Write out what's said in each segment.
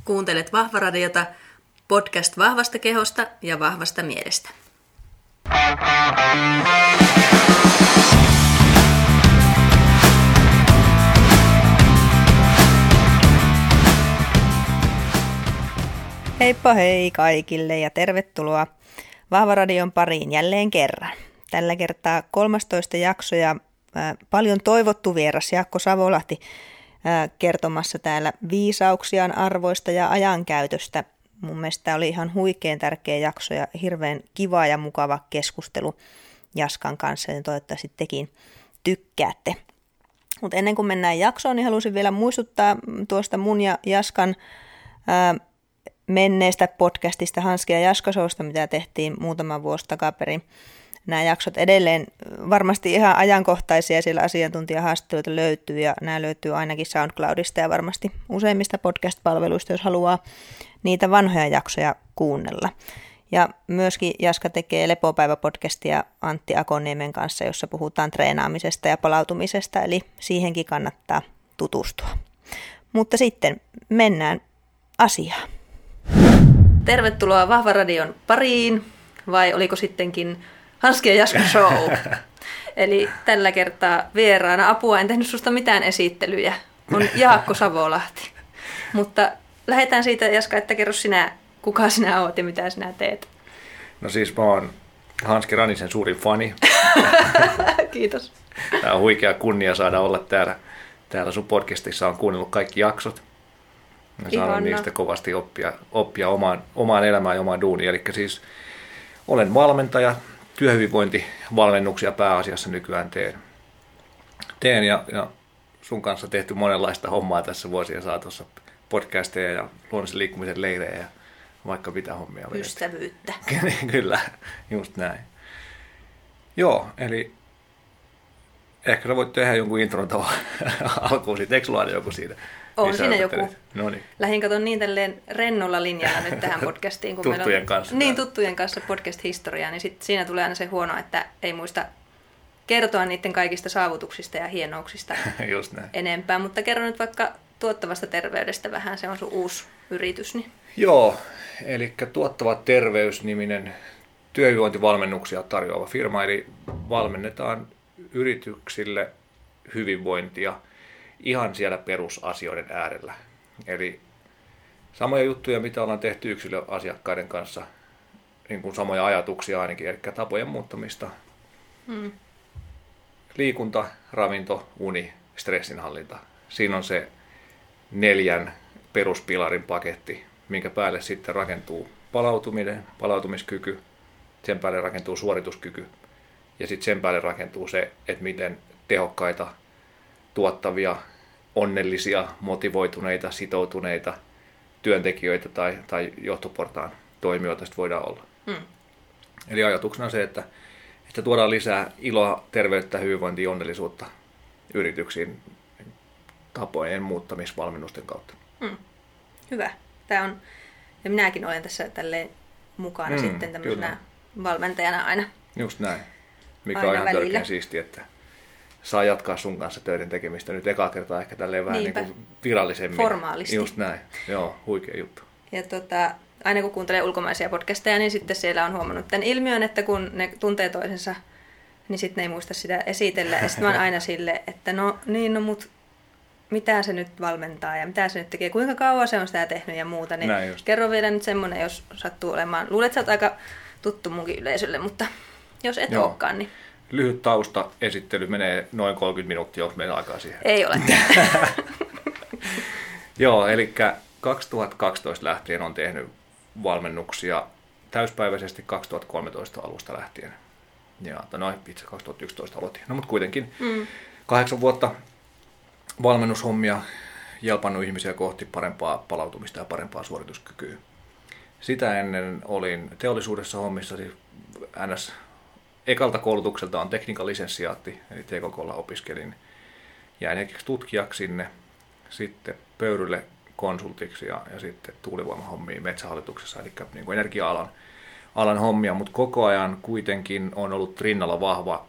Kuuntelet Vahva-radiota, podcast vahvasta kehosta ja vahvasta mielestä. Heippa hei kaikille ja tervetuloa Vahva-radion pariin jälleen kerran. Tällä kertaa 13 jakso ja paljon toivottu vieras Jaakko Savolahti kertomassa täällä viisauksiaan, arvoista ja ajankäytöstä. Mun mielestä tämä oli ihan huikean tärkeä jakso ja hirveän kiva ja mukava keskustelu Jaskan kanssa, ja toivottavasti tekin tykkäätte. Mutta ennen kuin mennään jaksoon, niin halusin vielä muistuttaa tuosta mun ja Jaskan menneestä podcastista Hanski ja Jaska Showsta, mitä tehtiin muutama vuosi takaperin. Nämä jaksot edelleen varmasti ihan ajankohtaisia, siellä asiantuntijahaastatteluita löytyy ja nämä löytyy ainakin SoundCloudista ja varmasti useimmista podcast-palveluista, jos haluaa niitä vanhoja jaksoja kuunnella. Ja myöskin Jaska tekee Lepopäivä-podcastia Antti Akoniemen kanssa, jossa puhutaan treenaamisesta ja palautumisesta, eli siihenkin kannattaa tutustua. Mutta sitten mennään asiaan. Tervetuloa Vahva-radion pariin, vai oliko sittenkin Hanski ja Jaska Show. Eli tällä kertaa vieraana apua, en tehnyt susta mitään esittelyjä, on Jaakko Savolahti. Mutta lähdetään siitä, Jaska, että kerro sinä, kuka sinä oot ja mitä sinä teet. No siis mä oon Hanski Ranisen suurin fani. Kiitos. Tämä on huikea kunnia saada olla täällä sun podcastissa. Olen kuunnellut kaikki jaksot. Mä saanut niistä kovasti oppia omaan elämään ja omaan duuniin. Eli siis olen valmentaja. Työhyvinvointivalmennuksia pääasiassa nykyään teen ja sun kanssa tehty monenlaista hommaa tässä vuosien saatossa, podcasteja ja luonnollisen liikkumisen leirejä ja vaikka mitä hommia. Ystävyyttä. Kyllä, just näin. Joo, eli ehkä sä voit tehdä jonkun intron alkuun siitä, eikö sulla joku siitä? On siinä joku. Noniin. Lähdin katon niin tälleen rennolla linjalla nyt tähän podcastiin. Kun tuttujen kanssa. Niin, tuttujen kanssa podcast-historiaa, niin siinä tulee aina se huono, että ei muista kertoa niiden kaikista saavutuksista ja hienouksista Just näin. enempää. Mutta kerro nyt vaikka tuottavasta terveydestä vähän, se on sun uusi yritys. Niin. Joo, eli Tuottava terveys-niminen työhyvinvointivalmennuksia tarjoava firma, eli valmennetaan yrityksille hyvinvointia ihan siellä perusasioiden äärellä. Eli samoja juttuja, mitä ollaan tehty yksilöasiakkaiden kanssa, niin kuin samoja ajatuksia ainakin, eli tapojen muuttamista. Liikunta, ravinto, uni, stressinhallinta. Siinä on se 4 peruspilarin paketti, minkä päälle sitten rakentuu palautumiskyky, sen päälle rakentuu suorituskyky ja sitten sen päälle rakentuu se, että miten tehokkaita, tuottavia, onnellisia, motivoituneita, sitoutuneita työntekijöitä tai johtoportaan toimijoita voidaan olla. Eli ajatuksena on se, että tuodaan lisää iloa, terveyttä, hyvinvointia ja onnellisuutta yrityksiin tapojen muuttamisvalmennusten kautta. Hyvä. Tämä on, ja minäkin olen tässä tälleen mukana sitten tämmöisenä valmentajana aina. Just näin. Mikä on ihan törkeän siistiä, että saa jatkaa sun kanssa töiden tekemistä nyt ekaa kertaa ehkä tälleen vähän niin kuin virallisemmin. Formaalisti. Just näin. Joo, huikea juttu. Ja aina kun kuuntelee ulkomaisia podcasteja, niin sitten siellä on huomannut tämän ilmiön, että kun ne tuntee toisensa, niin sitten ne ei muista sitä esitellä. Ja sitten mä oon aina silleen, että mutta mitä se nyt valmentaa ja mitä se nyt tekee, kuinka kauan se on sitä tehnyt ja muuta. Niin kerro vielä nyt semmoinen, jos sattuu olemaan. Luulet, että sä oot aika tuttu munkin yleisölle, mutta jos et olekaan, niin lyhyt taustaesittely menee noin 30 minuuttia, onko meillä aikaa siihen? Ei ole. Joo, eli 2012 lähtien on tehnyt valmennuksia täyspäiväisesti 2013 alusta lähtien. Ja itse 2011 aloitin. No, mutta kuitenkin 8 vuotta valmennushommia, jelpannut ihmisiä kohti parempaa palautumista ja parempaa suorituskykyä. Sitä ennen olin teollisuudessa hommissa, siis NS ekalta koulutukselta on tekniikan lisenssiaatti, eli TKK:lla opiskelin. Jäin hetkeksi tutkijaksi sinne, sitten Pöyrylle konsultiksi ja sitten tuulivoimahommiin Metsähallituksessa, eli niin kuin energia-alan hommia, mutta koko ajan kuitenkin on ollut rinnalla vahva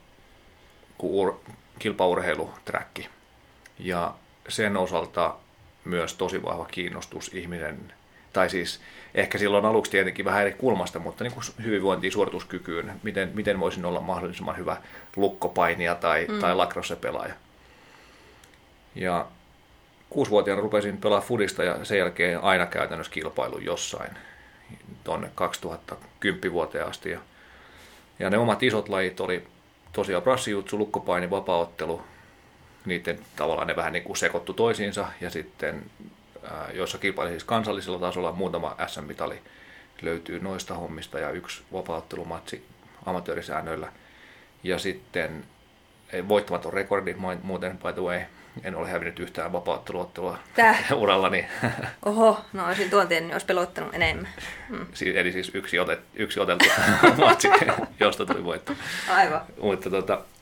kilpaurheiluträkki. Ja sen osalta myös tosi vahva kiinnostus ihmisen Tai siis ehkä silloin aluksi tietenkin vähän eri kulmasta, mutta niin kuin hyvinvointiin, suorituskykyyn, miten voisin olla mahdollisimman hyvä lukkopainija tai lacrosse-pelaaja. Ja 6-vuotiaana rupesin pelaamaan fudista ja sen jälkeen aina käytännössä kilpailun jossain tuonne 2010 vuoteen asti. Ja ne omat isot lajit oli tosiaan brassijutsu, lukkopaini, vapaaottelu. Niiden tavallaan ne vähän niin kuin sekoittu toisiinsa ja sitten joissa kilpaili siis kansallisella tasolla muutama SM-mitali löytyy noista hommista ja 1 vapaaottelumatsi amatöörisäännöillä. Ja sitten voittamaton rekordi, muuten by the way, en ole hävinnyt yhtään vapaaotteluottelua urallani. Oho, no olisin tuon tiennyt, olisi pelottanut enemmän. Eli siis yksi oteltu matsi, josta tuli voitto. Aivan. Mutta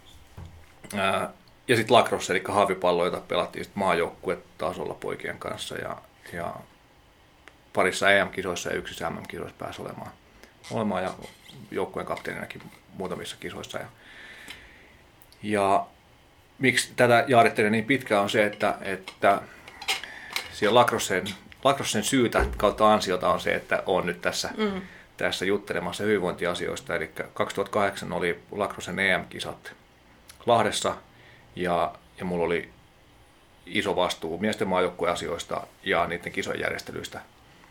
ja sitten lacrosse, eli haavipallo, jota pelattiin sit maajoukkuetasolla poikien kanssa ja parissa EM-kisoissa ja yksissä MM-kisoissa pääsi olemaan ja joukkueen kapteeninakin muutamissa kisoissa. Ja miksi tätä jaarittelin niin pitkään on se, että siellä lacrossen syytä kautta ansiota on se, että olen nyt tässä juttelemassa hyvinvointiasioista. Eli 2008 oli lacrossen EM-kisat Lahdessa ja mulla oli iso vastuu miesten maajoukkueasioista ja niiden kisojen järjestelyistä.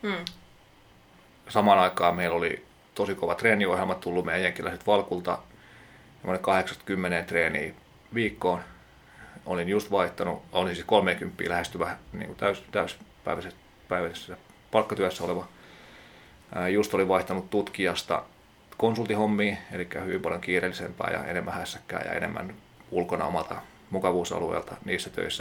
Samaan aikaan meillä oli tosi kova treeniohjelma tullut meidän jenkiläiset Valkulta. 80 treeniä viikkoon. Olin just vaihtanut, olin siis 30 lähestyvä niin kuin täyspäiväisessä palkkatyössä oleva. Just olin vaihtanut tutkijasta konsultihommiin, eli hyvin paljon kiireellisempää ja enemmän hässäkkää ja enemmän ulkona omalta mukavuusalueelta niissä töissä.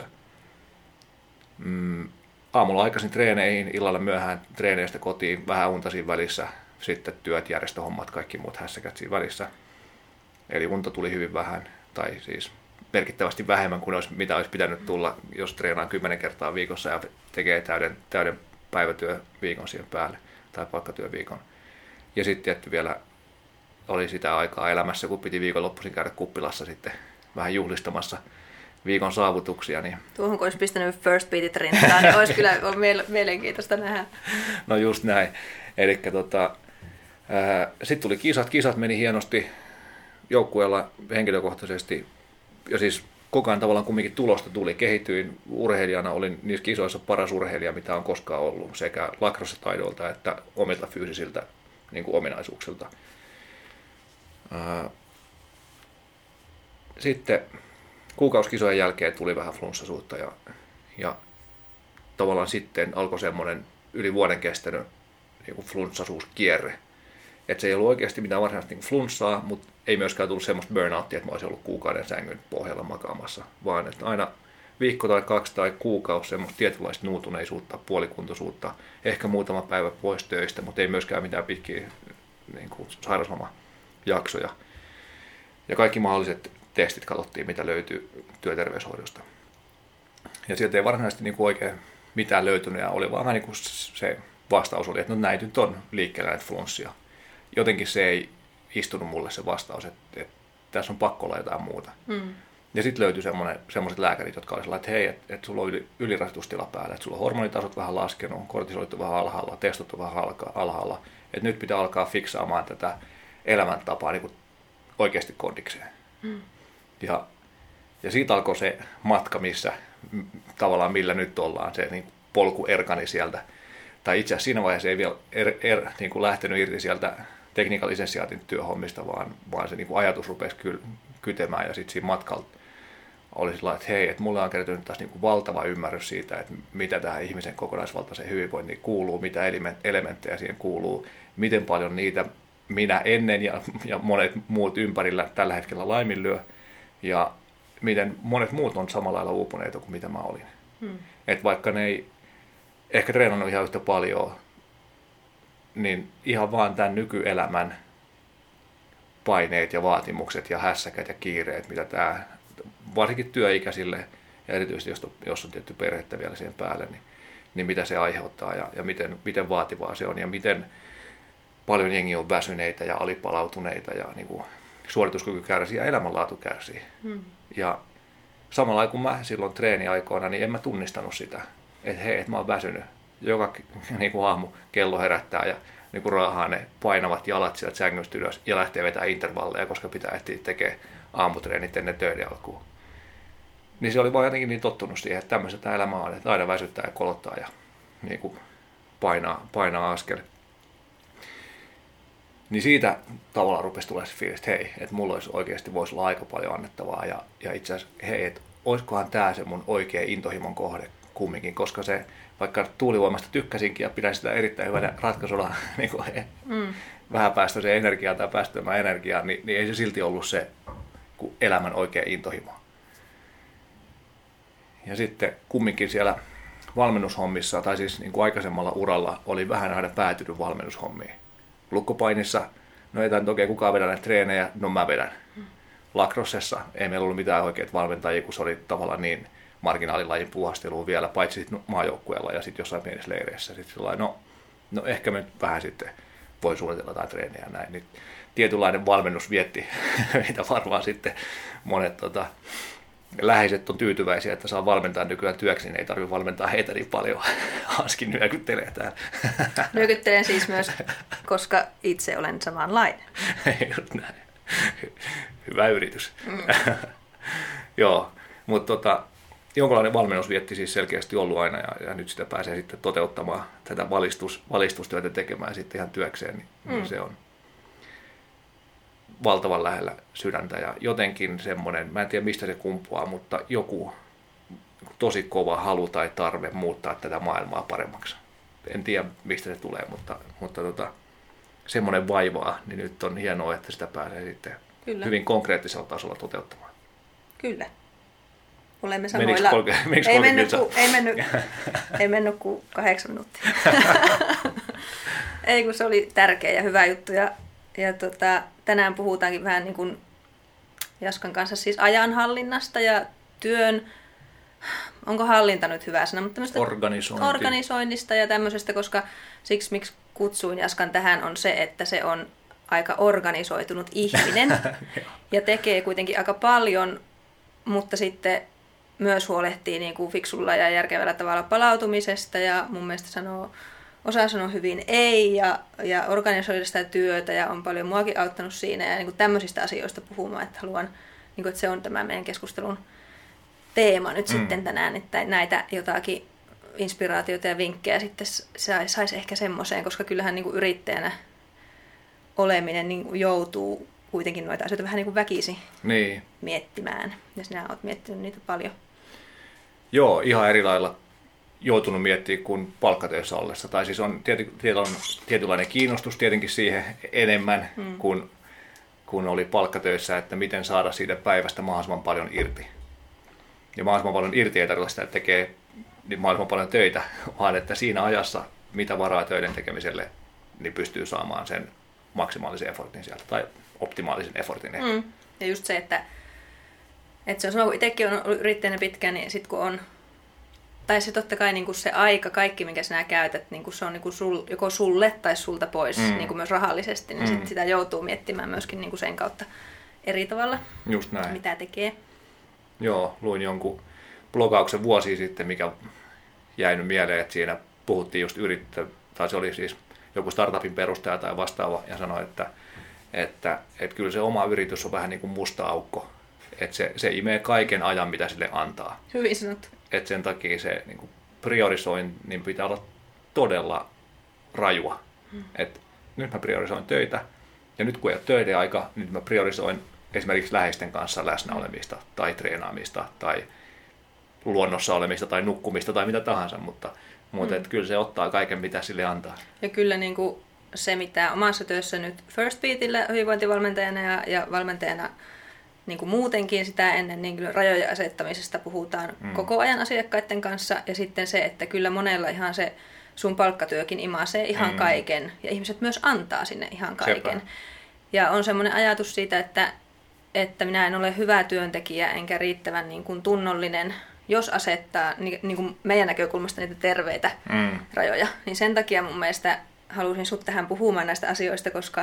Aamulla aikaisin treeneihin, illalla myöhään treeneistä kotiin, vähän unta siinä välissä, sitten työt, järjestöhommat, kaikki muut hässäkät siinä välissä. Eli unta tuli hyvin vähän, tai siis merkittävästi vähemmän kuin mitä olisi pitänyt tulla, jos treenaa 10 kertaa viikossa ja tekee täyden päivätyöviikon siihen päälle, tai palkkatyöviikon. Ja sitten tietty vielä oli sitä aikaa elämässä, kun piti viikonloppuisin käydä kuppilassa sitten vähän juhlistamassa viikon saavutuksia. Niin... Tuohon kun olisi pistänyt First Beatit rintaan, niin olisi kyllä mielenkiintoista nähdä. No just näin. Eli sitten tuli kisat. Kisat meni hienosti joukkueella henkilökohtaisesti. Ja siis koko ajan tavallaan kumminkin tulosta tuli. Kehityin urheilijana, olin niissä kisoissa paras urheilija, mitä on koskaan ollut. Sekä lacrosse-taidoilta että omilta fyysisiltä niin kuin ominaisuuksilta. Sitten kuukausikisojen jälkeen tuli vähän flunssasuutta ja tavallaan sitten alkoi semmoinen yli vuoden kestänyt niin flunssasuuskierre. Että se ei ollut oikeasti mitään varsinaista niin flunssaa, mutta ei myöskään tullut semmoista burnouttia, että mä olisin ollut kuukauden sängyn pohjalla makaamassa, vaan että aina viikko tai 2 tai kuukausi semmoista tietynlaista nuutuneisuutta, puolikuntoisuutta, ehkä muutama päivä pois töistä, mutta ei myöskään mitään pitkiä niin kuin sairauslomajaksoja. Ja kaikki mahdolliset testit katsottiin, mitä löytyy työterveyshoidosta. Ja sieltä ei varsinaisesti niin kuin oikein mitään löytynyt, ja oli vaan niin kuin se vastaus oli, että no näin nyt on liikkeellä näitä flunssia. Jotenkin se ei istunut mulle se vastaus, että tässä on pakko olla jotain muuta. Ja sitten löytyi semmoiset lääkärit, jotka olisivat, että hei, että sulla on ylirasitustila päällä, että sulla on hormonitasot vähän laskenut, kortisolit on vähän alhaalla, testot on vähän alhaalla, että nyt pitää alkaa fiksaamaan tätä elämäntapaa niin kuin oikeasti kondikseen. Ja siitä alkoi se matka, missä tavallaan millä nyt ollaan, se niin polku erkani sieltä. Tai itse asiassa siinä vaiheessa ei vielä niin kuin lähtenyt irti sieltä tekniikan lisensiaatin työhommista, vaan se niin kuin ajatus rupesi kytemään. Ja sitten siinä matkalla oli sillä että hei, että mulle on kertynyt taas niin kuin valtava ymmärrys siitä, että mitä tähän ihmisen kokonaisvaltaiseen hyvinvointiin kuuluu, mitä elementtejä siihen kuuluu, miten paljon niitä minä ennen ja monet muut ympärillä tällä hetkellä laiminlyö, ja miten monet muut on samalla lailla uupuneita kuin mitä mä olin. Että vaikka ne ei ehkä treenannut ihan yhtä paljon, niin ihan vaan tämän nykyelämän paineet ja vaatimukset ja hässäkät ja kiireet, mitä tämä varsinkin työikäisille ja erityisesti jos on tietty perhettä vielä siihen päälle, niin mitä se aiheuttaa ja miten vaativaa se on ja miten paljon jengi on väsyneitä ja alipalautuneita ja niin kuin suorituskyky kärsii ja elämänlaatu kärsii. Ja samalla kun mä silloin treeniaikoina, niin en mä tunnistanut sitä, että hei, että mä oon väsynyt. joka niin kuin aamu kello herättää ja niin kuin raahaa ne painavat jalat sieltä sängystä ylös ja lähtee vetämään intervalleja, koska pitää ehtiä tekemään aamutreenit ennen töiden alkuun. Niin se oli vaan jotenkin niin tottunut siihen, että tämmöistä tämä elämä on, että aina väsyttää ja kolottaa ja niin kuin painaa askel. Niin siitä tavallaan rupesi tulemaan se fiilis, että hei, että mulla oikeasti voisi olla aika paljon annettavaa ja itse asiassa hei, että olisikohan tämä se mun oikea intohimon kohde kumminkin, koska se, vaikka tuulivoimasta tykkäsinkin ja pidän sitä erittäin hyvänä ratkaisuna niin vähäpäästöiseen energiaan tai päästömään energiaan, niin ei se silti ollut se elämän oikea intohimo. Ja sitten kumminkin siellä valmennushommissa, tai siis niin kuin aikaisemmalla uralla, oli vähän aina päätynyt valmennushommiin. Lukkopainissa, no ei tämän oikein kukaan vedä näitä treenejä, no mä vedän. Lacrossessa ei meillä ollut mitään oikeat valmentajia, kun se oli tavallaan niin marginaalilajin puuhastelua vielä, paitsi sitten maajoukkueella ja sitten jossain pienissä leireissä. Sitten no ehkä me nyt vähän sitten voi suunnitella jotain treenejä ja näin. Niin tietynlainen valmennus vietti, mitä varmaan sitten monet läheiset on tyytyväisiä, että saa valmentaa nykyään työksi, niin ei tarvitse valmentaa heitä niin paljon. Hanskin nyökyttelee täällä. Nyökyttelen siis myös, koska itse olen samanlainen. Just näin. Hyvä yritys. Joo, mutta jonkinlainen valmennus vietti siis selkeästi ollut aina ja nyt sitä pääsee sitten toteuttamaan tätä valistustyötä tekemään sitten ihan työkseen, niin se on valtavan lähellä sydäntä ja jotenkin semmoinen, mä en tiedä mistä se kumpuaa, mutta joku tosi kova halu tai tarve muuttaa tätä maailmaa paremmaksi. En tiedä mistä se tulee, mutta semmoinen vaivaa, niin nyt on hienoa, että sitä pääsee sitten hyvin konkreettisella tasolla toteuttamaan. Kyllä. Olemme samoilla. Ei mennyt kuin 8 minuuttia. Ei kun se oli tärkeä ja hyvä juttu ja tänään puhutaankin vähän niin kuin Jaskan kanssa siis ajanhallinnasta ja työn, onko hallinta nyt hyvä sana, mutta organisoinnista ja tämmöisestä, koska siksi miksi kutsuin Jaskan tähän on se, että se on aika organisoitunut ihminen ja tekee kuitenkin aika paljon, mutta sitten myös huolehtii niin kuin fiksulla ja järkevällä tavalla palautumisesta ja mun mielestä osaa sanoa hyvin ei ja organisoida sitä työtä ja on paljon muakin auttanut siinä ja niin kuin tämmöisistä asioista puhumaan, että haluan, niin kuin, että se on tämä meidän keskustelun teema nyt sitten tänään, että näitä jotakin inspiraatioita ja vinkkejä sitten saisi ehkä semmoiseen, koska kyllähän niin kuin yrittäjänä oleminen niin kuin joutuu kuitenkin noita asioita vähän niin kuin väkisin miettimään, ja sinä olet miettinyt niitä paljon. Joo, ihan eri lailla joutunut miettimään kuin palkkatöissä ollessa. Tai siis on tietynlainen kiinnostus tietenkin siihen enemmän kuin oli palkkatöissä, että miten saada siitä päivästä mahdollisimman paljon irti. Ja mahdollisimman paljon irti ei tarkoita sitä, että tekee niin mahdollisimman paljon töitä, vaan että siinä ajassa, mitä varaa töiden tekemiselle, niin pystyy saamaan sen maksimaalisen effortin sieltä, tai optimaalisen effortin ehkä. Ja just se, että se on sama, kun itsekin on ollut yrittäjänä pitkään, niin sitten kun on, tai se totta kai niin kuin se aika, kaikki minkä sinä käytät, niin kuin se on niin kuin joko sulle tai sulta pois, niin kuin myös rahallisesti, niin sit sitä joutuu miettimään myöskin niin kuin sen kautta eri tavalla, just näin. Mitä tekee. Joo, luin jonkun blogauksen vuosia sitten, mikä jäi nyt mieleen, että siinä puhuttiin just tai se oli siis joku startupin perustaja tai vastaava, ja sanoi, että kyllä se oma yritys on vähän niin kuin musta aukko. Että se imee kaiken ajan, mitä sille antaa. Hyvin sanottu. Että sen takia se niin kuin priorisoinnin pitää olla todella rajua. Että nyt mä priorisoin töitä, ja nyt kun ei ole töiden aika, nyt mä priorisoin esimerkiksi läheisten kanssa läsnäolemista, tai treenaamista, tai luonnossa olemista, tai nukkumista, tai mitä tahansa, mutta että kyllä se ottaa kaiken, mitä sille antaa. Ja kyllä niin kuin se, mitä omassa työssä nyt First Beatillä hyvinvointivalmentajana ja valmentajana niin kuin muutenkin sitä ennen, niin kyllä rajojen asettamisesta puhutaan koko ajan asiakkaiden kanssa. Ja sitten se, että kyllä monella ihan se sun palkkatyökin imaisee ihan kaiken. Ja ihmiset myös antaa sinne ihan kaiken. Sepä. Ja on semmoinen ajatus siitä, että minä en ole hyvä työntekijä enkä riittävän niin kuin tunnollinen, jos asettaa niin kuin meidän näkökulmasta niitä terveitä rajoja. Niin sen takia mun mielestä halusin sut tähän puhumaan näistä asioista, koska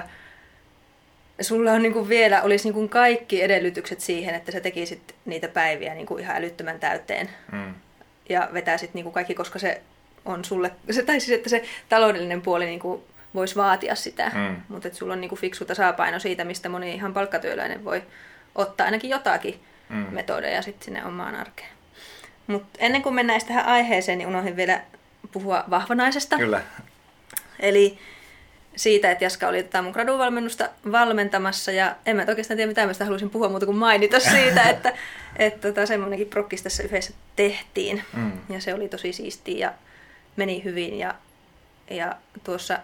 sulla on niin kuin vielä olisi niin kuin kaikki edellytykset siihen, että sä tekisit niitä päiviä niin kuin ihan älyttömän täyteen. Ja vetäisit niin kuin kaikki, koska se on sulle, tai siis että se taloudellinen puoli niin kuin voisi vaatia sitä, mutta että sulla on niin kuin fiksu tasapaino siitä, mistä moni ihan palkkatyöläinen voi ottaa ainakin jotakin metodeja sitten sinne omaan arkeen. Mutta ennen kuin mennään tähän aiheeseen, niin unohdin vielä puhua vahvanaisesta. Kyllä. Eli siitä, että Jaska oli tätä mun graduvalmennusta valmentamassa, ja en mä oikeastaan tiedä, mitä mä sitä haluaisin puhua muuta kuin mainita siitä, että semmoinenkin prokkis tässä yhdessä tehtiin, ja se oli tosi siistiä ja meni hyvin, ja tuossa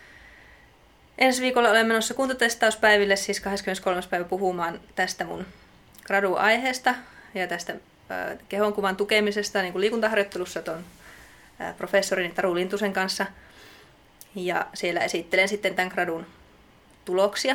ensi viikolla olen menossa kuntotestauspäiville, siis 23. päivä puhumaan tästä mun gradu-aiheesta ja tästä kehonkuvan tukemisesta niin kuin liikuntaharjoittelussa ton professorini Taru Lintusen kanssa. Ja siellä esittelen sitten tämän gradun tuloksia.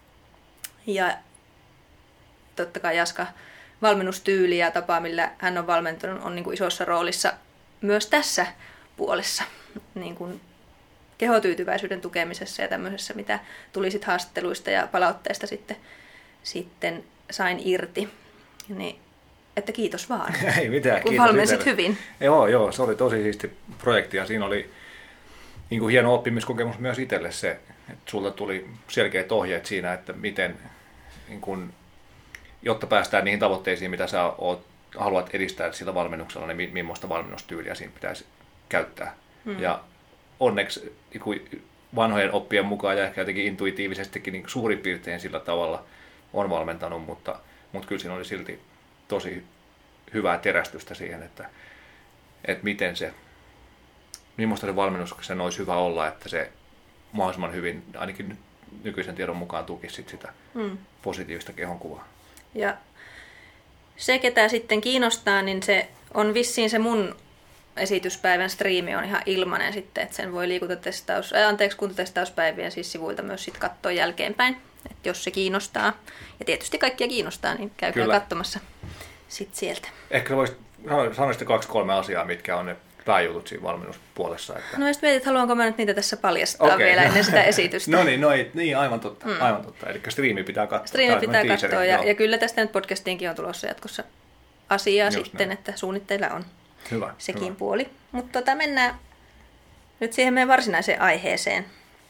Ja totta kai Jaska valmennustyyli ja tapa, millä hän on valmentanut, on niin kuin isossa roolissa myös tässä puolessa. Niin kuin kehotyytyväisyyden tukemisessa ja tämmöisessä, mitä tuli sit haastatteluista ja palautteista sitten sain irti. Niin, että kiitos vaan, ei mitään, kun kiitos valmensit itselle. hyvin. Joo, se oli tosi siisti projekti ja siinä oli niin kuin hieno oppimiskokemus myös itselle se, että sulta tuli selkeät ohjeet siinä, että miten, niin kuin, jotta päästään niihin tavoitteisiin, mitä sä haluat edistää sillä valmennuksella, niin millaista valmennustyyliä siinä pitäisi käyttää. Ja onneksi niin kuin vanhojen oppien mukaan ja ehkä jotenkin intuitiivisestikin niin suurin piirtein sillä tavalla on valmentanut, mutta kyllä siinä oli silti tosi hyvää terästystä siihen, että miten se, millaista se valmennus sen olisi hyvä olla, että se mahdollisimman hyvin, ainakin nykyisen tiedon mukaan tukisi sitä positiivista kehonkuvaa. Ja se, ketä sitten kiinnostaa, niin se on vissiin se mun esityspäivän striimi on ihan ilmainen sitten, että sen voi kuntotestauspäivien siis sivuilta myös sit katsoa jälkeenpäin, että jos se kiinnostaa. Ja tietysti kaikkia kiinnostaa, niin käykää katsomassa sit sieltä. Ehkä sanoisitte 2-3 asiaa, mitkä on ne pääjutut siinä valmennuspuolessa. Että... No jos mietit, haluanko mä nyt niitä tässä paljastaa vielä ennen sitä esitystä. niin, aivan totta. Eli striimi pitää katsoa. Striimi pitää katsoa, ja kyllä tästä nyt podcastiinkin on tulossa jatkossa asiaa just sitten, näin. Että suunnitteilla on sekin puoli. Mutta mennään nyt siihen meidän varsinaiseen aiheeseen,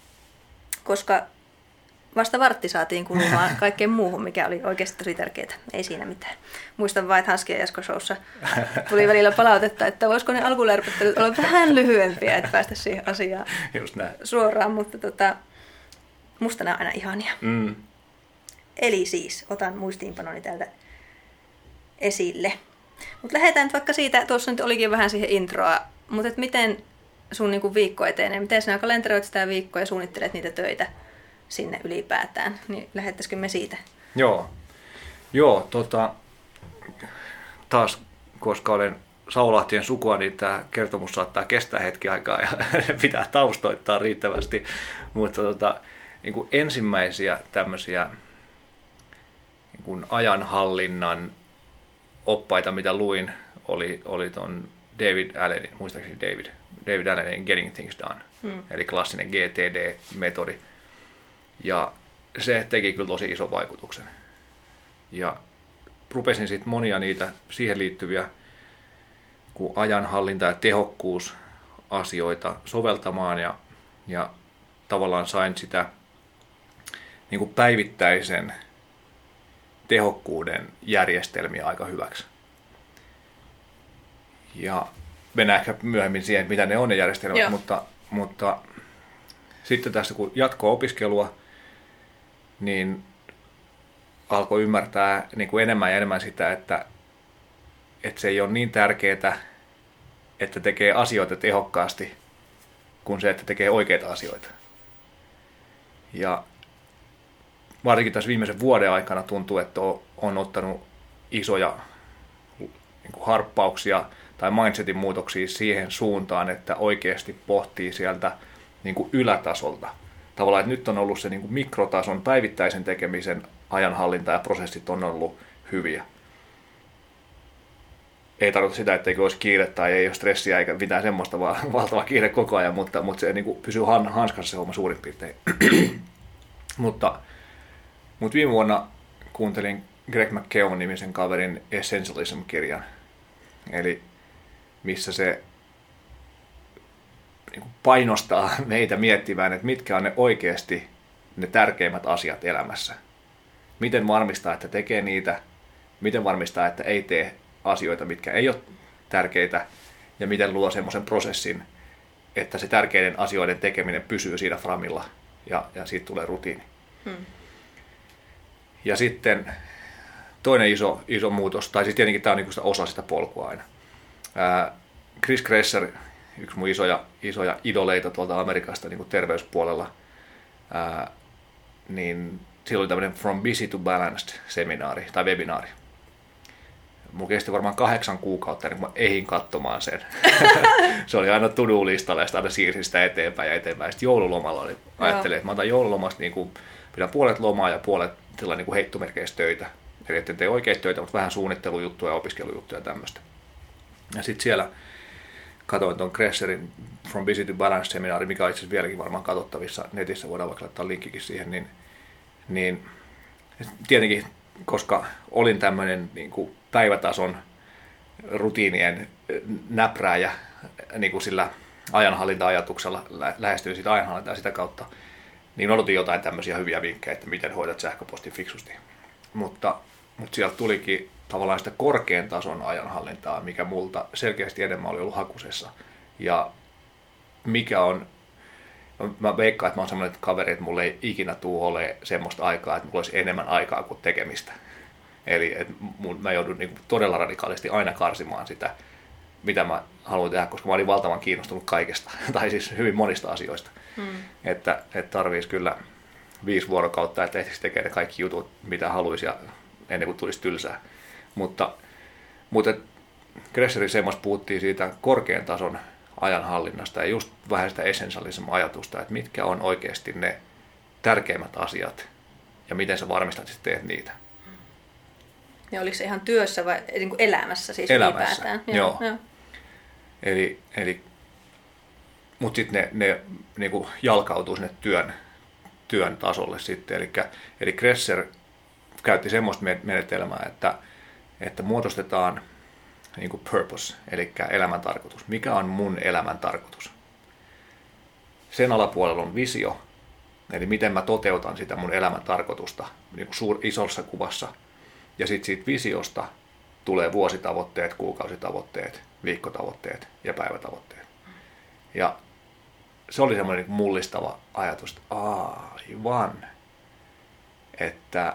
koska vasta vartti saatiin kulumaan kaikkeen muuhun, mikä oli oikeasti tosi tärkeää. Ei siinä mitään. Muistan vain, että Hanski ja Jasko Showssa tuli välillä palautetta, että voisiko ne alkulärpyttelyt olla vähän lyhyempiä, että päästä siihen asiaan suoraan, mutta musta nämä on aina ihania. Eli siis, otan muistiinpanoni täältä esille. Mutta lähdetään nyt vaikka siitä, tuossa nyt olikin vähän siihen introa, mutta miten sun niinku viikko etenee, miten sinä kalenteroit sitä viikkoa ja suunnittelet niitä töitä sinne ylipäätään, niin lähettäisikö me siitä? Joo, taas koska olen Saulahtien sukua, niin tämä kertomus saattaa kestää hetki aikaa ja pitää taustoittaa riittävästi, mutta niin kuin ensimmäisiä tämmöisiä niin kuin ajanhallinnan oppaita, mitä luin, oli ton David Allenin, muistaakseni David Allenin Getting Things Done, eli klassinen GTD-metodi. Ja se teki kyllä tosi ison vaikutuksen. Ja rupesin sitten monia niitä siihen liittyviä kuin ajanhallinta- ja tehokkuusasioita soveltamaan ja tavallaan sain sitä niin kuin päivittäisen tehokkuuden järjestelmiä aika hyväksi. Ja mennään ehkä myöhemmin siihen, mitä ne on ne järjestelmät, mutta sitten tässä kun jatkoi opiskelua, niin alkoi ymmärtää niin kuin enemmän ja enemmän sitä, että se ei ole niin tärkeää, että tekee asioita tehokkaasti, kuin se, että tekee oikeita asioita. Ja varsinkin tässä viimeisen vuoden aikana tuntuu, että on ottanut isoja niin kuin harppauksia tai mindsetin muutoksia siihen suuntaan, että oikeasti pohtii sieltä niin kuin ylätasolta. Tavallaan, että nyt on ollut se niin kuin mikrotason päivittäisen tekemisen ajanhallinta ja prosessit on ollut hyviä. Ei tarkoita sitä, etteikö olisi kiire tai ei ole stressiä eikä mitään semmoista, vaan valtava kiire koko ajan, mutta se niin kuin pysyy hanskassa se homma suurin piirtein. mutta viime vuonna kuuntelin Greg McKeown-nimisen kaverin Essentialism-kirjan, eli missä se painostaa meitä miettimään, että mitkä on ne oikeasti ne tärkeimmät asiat elämässä. Miten varmistaa, että tekee niitä, miten varmistaa, että ei tee asioita, mitkä ei ole tärkeitä, ja miten luo semmoisen prosessin, että se tärkeiden asioiden tekeminen pysyy siinä framilla, ja siitä tulee rutiini. Ja sitten toinen iso muutos, tai siis tietenkin tämä on niin osa sitä polkua aina. Chris Kresser, yksi mun isoja idoleita tuolta Amerikasta niin kuin terveyspuolella, niin sillä oli tämmöinen From Busy to Balanced seminaari tai webinaari. Mulla kesti varmaan 8 kuukautta, niin mä ehdin katsomaan sen. Se oli aina to-do-listalla ja sitten aina siirsin sitä eteenpäin ja eteenpäin. Sitten joululomalla ajattelin, että mä otan joululomasta, niin kuin, pidän puolet lomaa ja puolet niin kuin heittomerkeissä töitä. Eli etten tee oikeita töitä, mutta vähän suunnittelujuttuja ja opiskelujuttuja ja tämmöistä. Ja sitten siellä katsoin tuon Kresserin From Busy to Balance seminaari, mikä on itse asiassa vieläkin varmaan katsottavissa netissä, voidaan vaikka laittaa linkkikin siihen, niin tietenkin, koska olin tämmöinen niin kuin päivätason rutiinien näprääjä niin kuin sillä ajanhallinta-ajatuksella, lähestyin sitä ajanhallintaa sitä kautta, niin odotin jotain tämmöisiä hyviä vinkkejä, että miten hoidat sähköpostin fiksusti. Mutta sieltä tulikin tavallaan sitä korkean tason ajanhallintaa, mikä multa selkeästi enemmän oli ollut hakusessa. Ja mikä on, mä veikkaan, että mä oon sellainen kaveri, että mulla ei ikinä tule ole semmoista aikaa, että mulla olisi enemmän aikaa kuin tekemistä. Eli että mä joudun niin kuin todella radikaalisti aina karsimaan sitä, mitä mä haluan tehdä, koska mä olin valtavan kiinnostunut kaikesta, tai siis hyvin monista asioista. Että tarvitsisi kyllä 5 vuorokautta, että ehtisi tekee ne kaikki jutut, mitä haluaisi, ja ennen kuin tulisi tylsää. Mutta Kresserin semmoista puhuttiin siitä korkean tason ajanhallinnasta ja just vähän sitä essentialism ajatusta, että mitkä on oikeasti ne tärkeimmät asiat ja miten sä varmistat, että teet niitä. Ja oliko se ihan työssä vai niin kuin elämässä siis elämässä, ylipäätään? Joo. Mutta sitten ne niin kuin jalkautuu sinne työn tasolle sitten. Eli Kresser käytti semmoista menetelmää, että muodostetaan niin kuin purpose, eli elämän tarkoitus. Mikä on mun elämän tarkoitus? Sen alapuolella on visio, eli miten mä toteutan sitä mun elämän tarkoitusta niin kuin isossa kuvassa. Ja sitten siitä visiosta tulee vuositavoitteet, kuukausitavoitteet, viikkotavoitteet ja päivätavoitteet. Ja se oli semmoinen niin mullistava ajatus, että aivan, että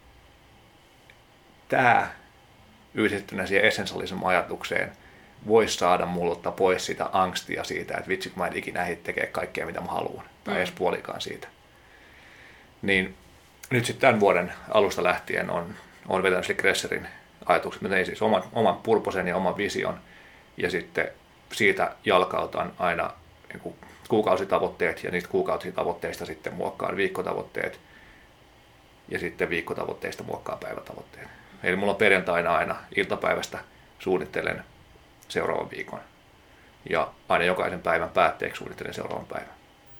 tämä yhdistettynä siihen essentialism-ajatukseen voisi saada multa pois sitä angstia siitä, että vitsi, kun mä en ikinä ehdi tekemään kaikkea, mitä mä haluan, tai edes puolikaan siitä. Niin nyt sitten tämän vuoden alusta lähtien on vetänyt sille Kresserin ajatukset. Mä tein siis oman purposen ja oman vision, ja sitten siitä jalkautan aina niin kuin kuukausitavoitteet, ja niistä kuukausitavoitteista sitten muokkaan viikkotavoitteet, ja sitten viikkotavoitteista muokkaan päivätavoitteet. Eli mulla on perjantaina aina iltapäivästä suunnittelen seuraavan viikon. Ja aina jokaisen päivän päätteeksi suunnittelen seuraavan päivän.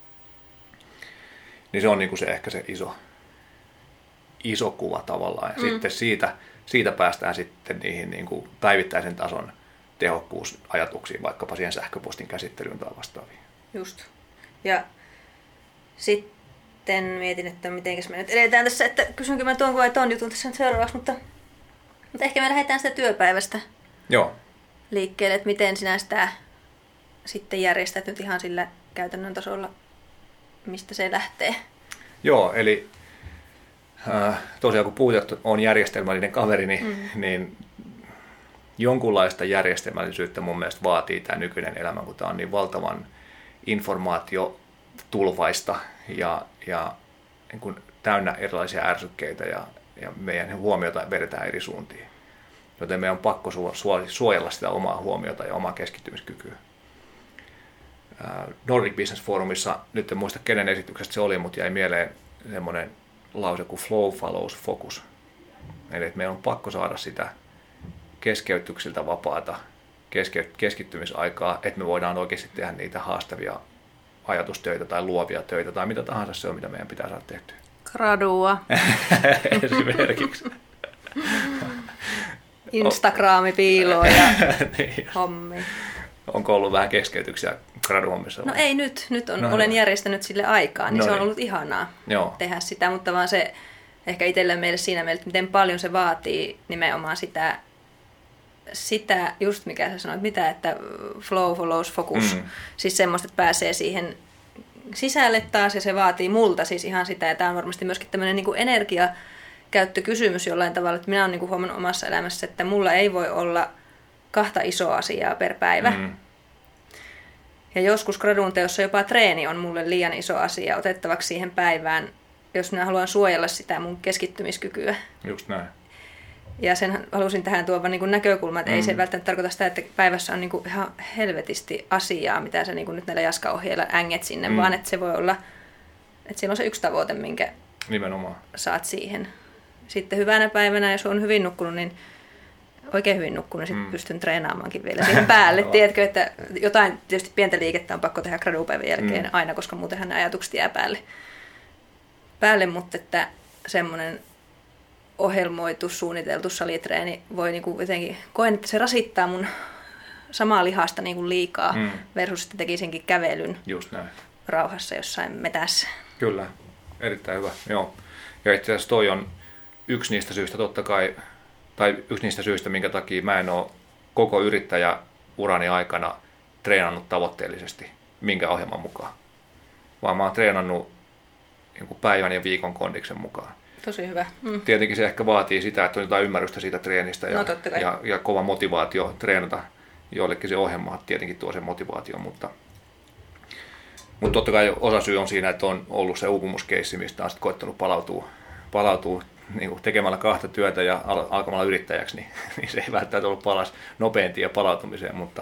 Niin se on niin kuin se ehkä se iso kuva tavallaan. Ja sitten siitä päästään sitten niihin niin kuin päivittäisen tason tehokkuusajatuksiin, vaikkapa siihen sähköpostin käsittelyyn tai vastaaviin. Just. Ja sitten mietin, että mitenkäs me nyt edetään tässä, että kysynkö mä tuon vai tuon jutun tässä nyt seuraavaksi, mutta ehkä me lähdetään sitä työpäivästä liikkeelle, että miten sinä sitä sitten järjestät nyt ihan sillä käytännön tasolla, mistä se lähtee. Joo, eli tosiaan kun puhutaan, että on järjestelmällinen kaveri, niin jonkunlaista järjestelmällisyyttä mun mielestä vaatii tämä nykyinen elämä, kun tämä on niin valtavan informaatiotulvaista ja niin kuin täynnä erilaisia ärsykkeitä ja meidän huomiota vedetään eri suuntiin. Joten meidän on pakko suojella sitä omaa huomiota ja omaa keskittymiskykyä. Nordic Business Forumissa, nyt en muista kenen esityksestä se oli, mutta jäi mieleen semmoinen lause kuin flow follows focus. Eli että meidän on pakko saada sitä keskeytyksiltä vapaata keskittymisaikaa, että me voidaan oikeasti tehdä niitä haastavia ajatustöitä tai luovia töitä tai mitä tahansa se on, mitä meidän pitää saada tehtyä. Gradua. Esimerkiksi. Instagrami piiloon ja niin. hommi. Onko ollut vähän keskeytyksiä graduhommissa? No ei nyt. Nyt olen järjestänyt sille aikaa, niin se on ollut ihanaa tehdä sitä, mutta vaan se ehkä itselle meille siinä mielessä, miten paljon se vaatii nimenomaan sitä just mikä sä sanoit, että flow follows focus. Siis semmoista, että pääsee siihen sisälle taas ja se vaatii multa siis ihan sitä. Ja tämä on varmasti myöskin tämmöinen niin kuin energiakäyttökysymys jollain tavalla, että minä olen niin kuin huomannut omassa elämässä, että mulla ei voi olla 2 isoa asiaa per päivä. Ja joskus gradun teossa jopa treeni on mulle liian iso asia otettavaksi siihen päivään, jos minä haluan suojella sitä mun keskittymiskykyä. Just näin. Ja sen halusin tähän tuoda niin näkökulman, että ei se välttämättä tarkoita sitä, että päivässä on niin kuin ihan helvetisti asiaa, mitä sä niin kuin nyt näillä jaskaohjeilla änget sinne, vaan että se voi olla, että siellä on se yksi tavoite, minkä nimenomaan saat siihen. Sitten hyvänä päivänä, jos on hyvin nukkunut, niin oikein hyvin nukkunut, niin sitten pystyn treenaamaankin vielä siihen päälle. Tiedätkö, että jotain tietysti pientä liikettä on pakko tehdä gradupäivän jälkeen aina, koska muutenhan ne ajatukset jää päälle, mutta että semmoinen ohjelmoitu, suunniteltu salitreeni voi niin kuin jotenkin, koen, että se rasittaa mun samaa lihasta niin kuin liikaa versus että tekisinkin kävelyn just näin rauhassa jossain metässä. Kyllä, erittäin hyvä. Joo. Ja itse asiassa toi on yksi niistä syistä totta kai, tai yksi niistä syistä, minkä takia mä en ole koko yrittäjäurani aikana treenannut tavoitteellisesti minkä ohjelman mukaan. Vaan mä oon treenannut päivän ja viikon kondiksen mukaan. Tosi hyvä. Tietenkin se ehkä vaatii sitä, että on jotain ymmärrystä siitä treenistä ja kova motivaatio treenata. Joillekin se ohjelma tietenkin tuo sen motivaation, mutta totta kai osa syy on siinä, että on ollut se uupumuskeissi, mistä on sitten koettanut palautua niin kuin tekemällä 2 työtä ja alkamalla yrittäjäksi, niin se ei välttämättä ollut paras nopein tie palautumiseen, mutta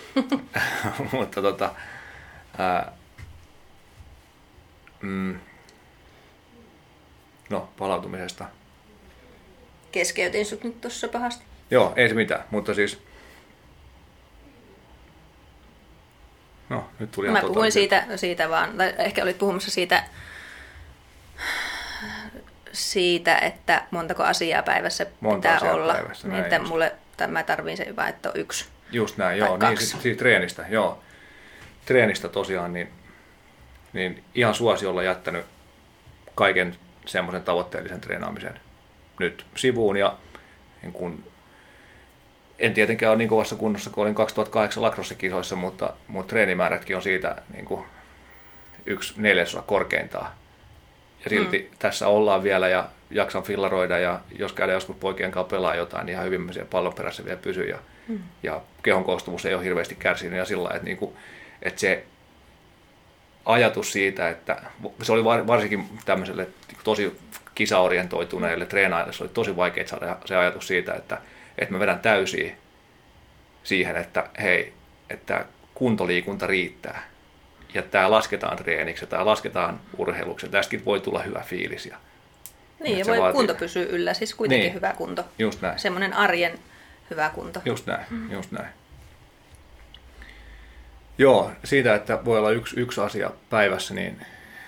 palautumisesta. Keskeytin sut nyt tossa pahasti. Joo, ei se mitään, mutta siis nyt tuli mä puhuin siitä vaan, tai ehkä olit puhumassa siitä, että montako asiaa päivässä pitää olla. Päivässä, niin, että mä tarviin se hyvä, että on 1. Just näin, joo. Niin, siis treenistä, joo. Treenistä tosiaan, niin ihan suosiolla jättänyt kaiken semmoisen tavoitteellisen treenaamisen nyt sivuun. Ja niin kun, en tietenkään ole niin kovassa kunnossa, kun olin 2008 lacrosse-kisoissa, mutta treenimäärätkin on siitä niin kuin 1/4 korkeintaan. Ja silti tässä ollaan vielä ja jaksan fillaroida ja jos käydään joskus poikien kanssa pelaa jotain, niin ihan hyvin mä siellä pallon perässä vielä pysyn. Ja kehon koostumus ei ole hirveästi kärsinyt ja sillä lailla, että se ajatus siitä, että se oli varsinkin tämmöiselle tosi kisaorientoituneille treenaajille, se oli tosi vaikea saada se ajatus siitä, että mä vedän täysiä siihen, että hei, että kuntoliikunta riittää. Ja tämä lasketaan treeniksi ja tämä lasketaan urheiluksi. Tästäkin voi tulla hyvä fiilis. Niin, ja voi kunto pysyä yllä, siis kuitenkin hyvä kunto. Just näin. Semmoinen arjen hyvä kunto. Just näin. Joo, siitä, että voi olla yksi asia päivässä, niin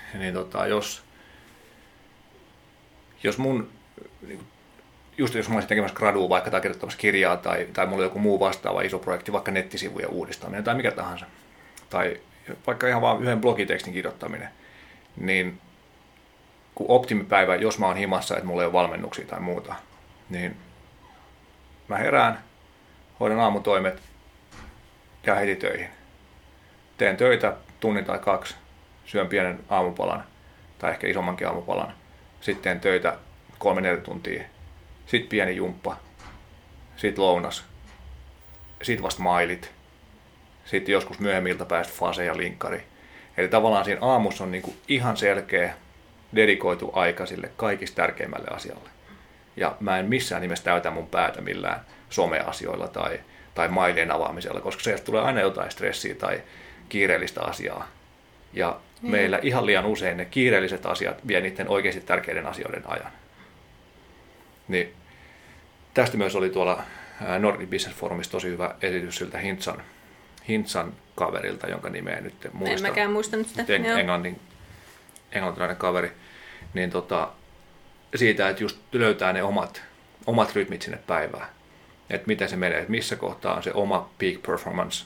jos mun, just jos mä olisin tekemässä gradua vaikka tai kirjoittamassa kirjaa tai mulla on joku muu vastaava iso projekti, vaikka nettisivujen uudistaminen tai mikä tahansa, tai vaikka ihan vaan yhden blogitekstin kirjoittaminen, niin kun optimipäivä, jos mä oon himassa, että mulla ei ole valmennuksia tai muuta, niin mä herään, hoidan aamutoimet ja heti töihin. Teen töitä tunnin tai 2, syön pienen aamupalan tai ehkä isommankin aamupalan. Sitten teen töitä 3-4 tuntia. Sitten pieni jumppa. Sitten lounas. Sitten vasta mailit. Sitten joskus myöhemmiltä päästä fase ja linkkari. Eli tavallaan siinä aamussa on niinku ihan selkeä, dedikoitu aika sille kaikista tärkeimmälle asialle. Ja mä en missään nimessä täytä mun päätä millään someasioilla tai mailien avaamisella, koska se tulee aina jotain stressiä tai kiireellistä asiaa. Ja meillä ihan liian usein ne kiireelliset asiat vie niiden oikeasti tärkeiden asioiden ajan. Niin tästä myös oli tuolla Nordic Business Forumissa tosi hyvä esitys siltä Hintsan kaverilta, jonka nimeä nyt en muista. En mäkään muistanut sitä. Englantilainen kaveri. Niin siitä, että just löytää ne omat rytmit sinne päivään. Että miten se menee, että missä kohtaa on se oma peak performance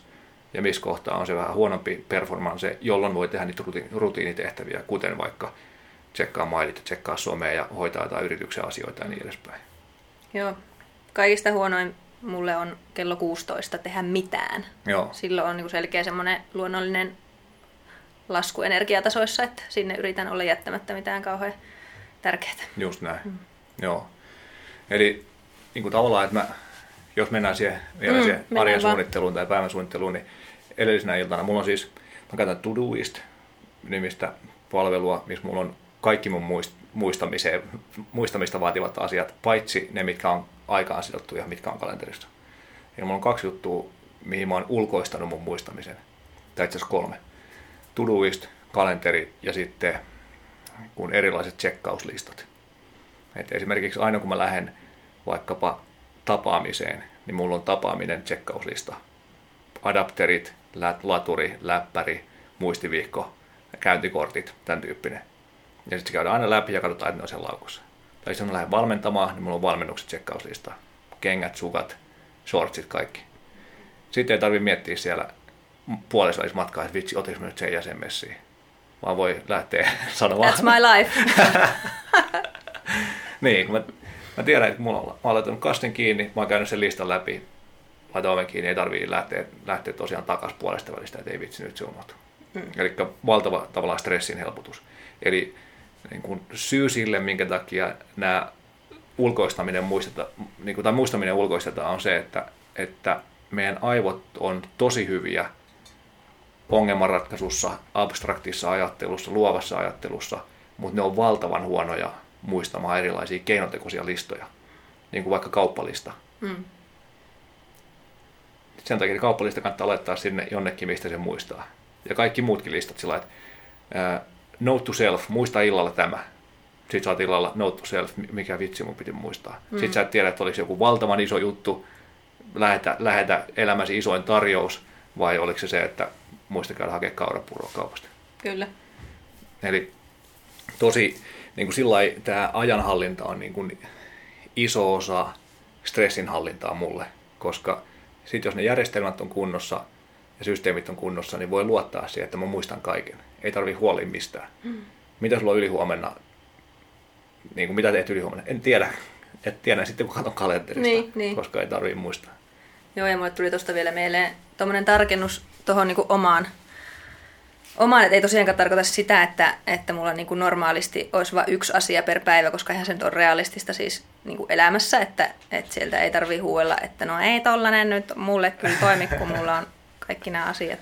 ja missä kohtaa on se vähän huonompi performance, jolloin voi tehdä niitä rutiinitehtäviä, kuten vaikka tsekkaa mailit ja tsekkaa somea ja hoitaa jotain yrityksen asioita ja niin edespäin. Joo. Kaikista huonoin mulle on kello 16 tehdä mitään. Joo. Silloin on niin selkeä semmoinen luonnollinen lasku energiatasoissa, että sinne yritän olla jättämättä mitään kauhean tärkeää. Just näin. Joo. Eli niin kuin tavallaan, että jos mennään siihen arjen suunnitteluun tai päivän suunnitteluun, niin edellisenä iltana mulla on siis, mä käytän Todoist-nimistä palvelua, missä mulla on kaikki mun muistamista vaativat asiat, paitsi ne, mitkä on aikaan sidottuja, mitkä on kalenterissa. Ja mulla on 2 juttua, mihin mä oon ulkoistanut mun muistamisen. Tai itse asiassa 3. Todoist, kalenteri ja sitten kun erilaiset tsekkauslistat. Et esimerkiksi aina kun mä lähden vaikkapa tapaamiseen, niin mulla on tapaaminen tsekkauslista. Adapterit, laturi, läppäri, muistivihko, käyntikortit, tämän tyyppinen. Ja sitten se käydään aina läpi ja katsotaan, että ne on siellä laukussa. Tai jos mä lähden valmentamaan, niin mulla on valmennukset tsekkauslista. Kengät, sukat, shortsit, kaikki. Sitten ei tarvitse miettiä siellä puolessa välissä matkaa, että vitsi, otinko mä nyt sen jäsenmessiin. Vaan voi lähteä sanomaan. That's my life. Niin, mä tiedän, että mä oon laittanut kastin kiinni, mä oon käynyt sen listan läpi, laitan oven kiinni, ei tarvitse lähteä tosiaan takaisin puolesta välistä, että ei vitsi nyt se unohtu. Eli valtava tavallaan stressin helpotus. Eli niin kuin syy sille, minkä takia nämä muistaminen ulkoistetaan, on se, että meidän aivot on tosi hyviä ongelmanratkaisussa, abstraktissa ajattelussa, luovassa ajattelussa, mutta ne on valtavan huonoja muistamaan erilaisia keinotekoisia listoja, niin kuin vaikka kauppalista. Sen takia kauppalista kannattaa laittaa sinne jonnekin, mistä se muistaa. Ja kaikki muutkin listat sillä että note to self, muista illalla tämä. Sitten sä oot illalla note to self, mikä vitsi mun piti muistaa. Sitten sä et tiedä, että olisi joku valtavan iso juttu, lähetä elämäsi isoin tarjous, vai oliko se, että muista käydä hakea kaurapuuroa kaupasta. Kyllä. Eli tosi niin kuin sillai, tämä ajanhallinta on niin kuin iso osa stressinhallintaa mulle, koska sitten jos ne järjestelmät on kunnossa ja systeemit on kunnossa, niin voi luottaa siihen, että mä muistan kaiken. Ei tarvitse huolia mistään. Mitä sulla on ylihuomenna? Niin kuin mitä teet ylihuomenna? En tiedä. Et tiedän sitten, kun katson kalenterista, koska ei tarvitse muistaa. Joo, ja mulle tuli tuosta vielä mieleen tuommoinen tarkennus tuohon niin omaan, että ei tosiaankaan tarkoita sitä, että mulla niin kuin normaalisti olisi vain 1 asia per päivä, koska eihän se nyt ole realistista siis niin kuin elämässä, että sieltä ei tarvitse huuella, että no ei tollanen nyt mulle kyllä toimi, kun mulla on kaikki nämä asiat.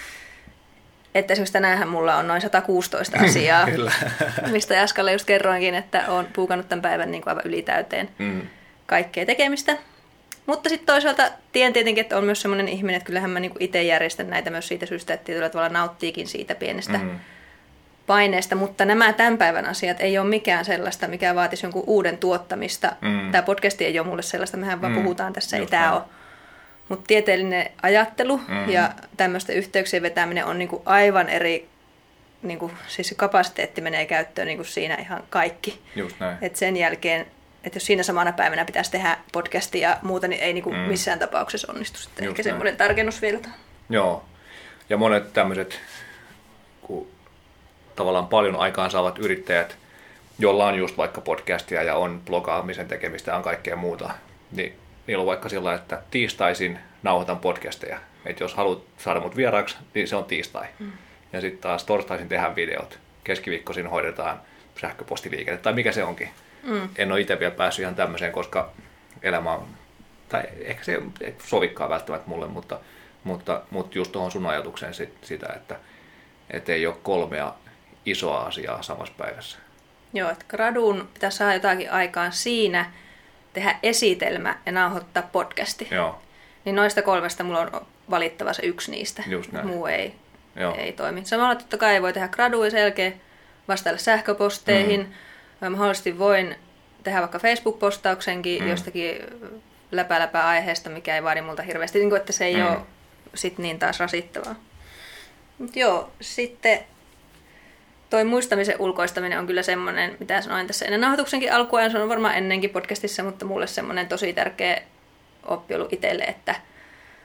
Että esimerkiksi tänäänhän mulla on noin 116 asiaa, mistä Jaskalle just kerroinkin, että olen puukannut tämän päivän niin kuin aivan ylitäyteen kaikkea tekemistä. Mutta sitten toisaalta tiedän tietenkin, että on myös semmoinen ihminen, että kyllähän mä niinku itse järjestän näitä myös siitä syystä, että tietyllä tavalla nauttiikin siitä pienestä paineesta. Mutta nämä tämän päivän asiat ei ole mikään sellaista, mikä vaatisi jonkun uuden tuottamista. Tämä podcast ei ole mulle sellaista, mehän vaan puhutaan tässä, ei tämä ole. Mutta tieteellinen ajattelu ja tämmöisten yhteyksien vetäminen on niinku aivan eri, niinku, siis se kapasiteetti menee käyttöön niinku siinä ihan kaikki. Just näin. Et sen jälkeen, että jos siinä samana päivänä pitäisi tehdä podcastia ja muuta, niin ei niinku missään tapauksessa onnistu. Sitten ehkä semmoinen tarkennus vielä. Joo. Ja monet tämmöiset, kun tavallaan paljon aikaan saavat yrittäjät, jolla on just vaikka podcastia ja on blogaamisen tekemistä ja on kaikkea muuta, niin niillä on vaikka sillä, että tiistaisin nauhoitan podcasteja. Että jos haluat saada mut vieraaksi, niin se on tiistai. Ja sitten taas torstaisin tehdään videot. Keskiviikkoisin hoidetaan sähköpostiliikenne tai mikä se onkin. En ole itse vielä päässyt ihan tämmöiseen, koska elämä on, tai ehkä se ei sovikaan välttämättä mulle, mutta just tuohon sun ajatukseen sitä, että ei ole 3 isoa asiaa samassa päivässä. Joo, että graduun pitäisi saada jotakin aikaan siinä, tehdä esitelmä ja nauhoittaa podcasti. Joo. Niin noista 3 mulla on valittava se 1 niistä. Muu ei toimi. Samalla totta kai voi tehdä graduun ja sen jälkeen vastailla sähköposteihin. Mahdollisesti voin tehdä vaikka Facebook-postauksenkin jostakin läpää aiheesta, mikä ei vaadi multa hirveästi, niin kuin, että se ei ole sit niin taas rasittavaa. Mut joo, sitten toi muistamisen ulkoistaminen on kyllä semmoinen, mitä sanoin tässä ennen nauhoituksenkin alkua, ja se on varmaan ennenkin podcastissa, mutta mulle semmoinen tosi tärkeä oppi ollut itselle, että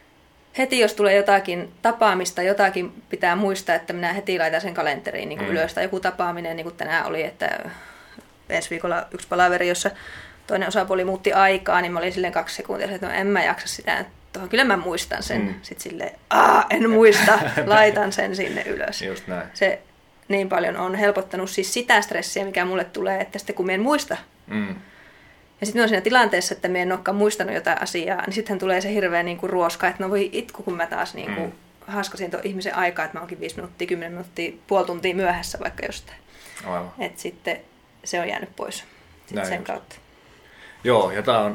heti jos tulee jotakin tapaamista, jotakin pitää muistaa, että minä heti laitan sen kalenteriin niin kuin ylös. Tai joku tapaaminen, niin kuin tänään oli, että ensi viikolla yksi palaveri, jossa toinen osapuoli muutti aikaa, niin mä olin silleen 2 sekuntia, että no en mä jaksa sitä. Kyllä mä muistan sen. Sitten silleen, en muista, laitan sen sinne ylös. Just näin. Se niin paljon on helpottanut siis sitä stressiä, mikä mulle tulee, että sitten kun mä en muista. Ja sitten mä oon siinä tilanteessa, että mä en olekaan muistanut jotain asiaa, niin sittenhän tulee se hirveä niin kuin ruoska, että no voi itku, kun mä taas niin kuin haskasin tuon ihmisen aikaa, että mä oonkin 5 minuuttia, 10 minuuttia, puoli tuntia myöhässä vaikka jostain. Että sitten se on jäänyt pois sen kautta. Joo, ja tää on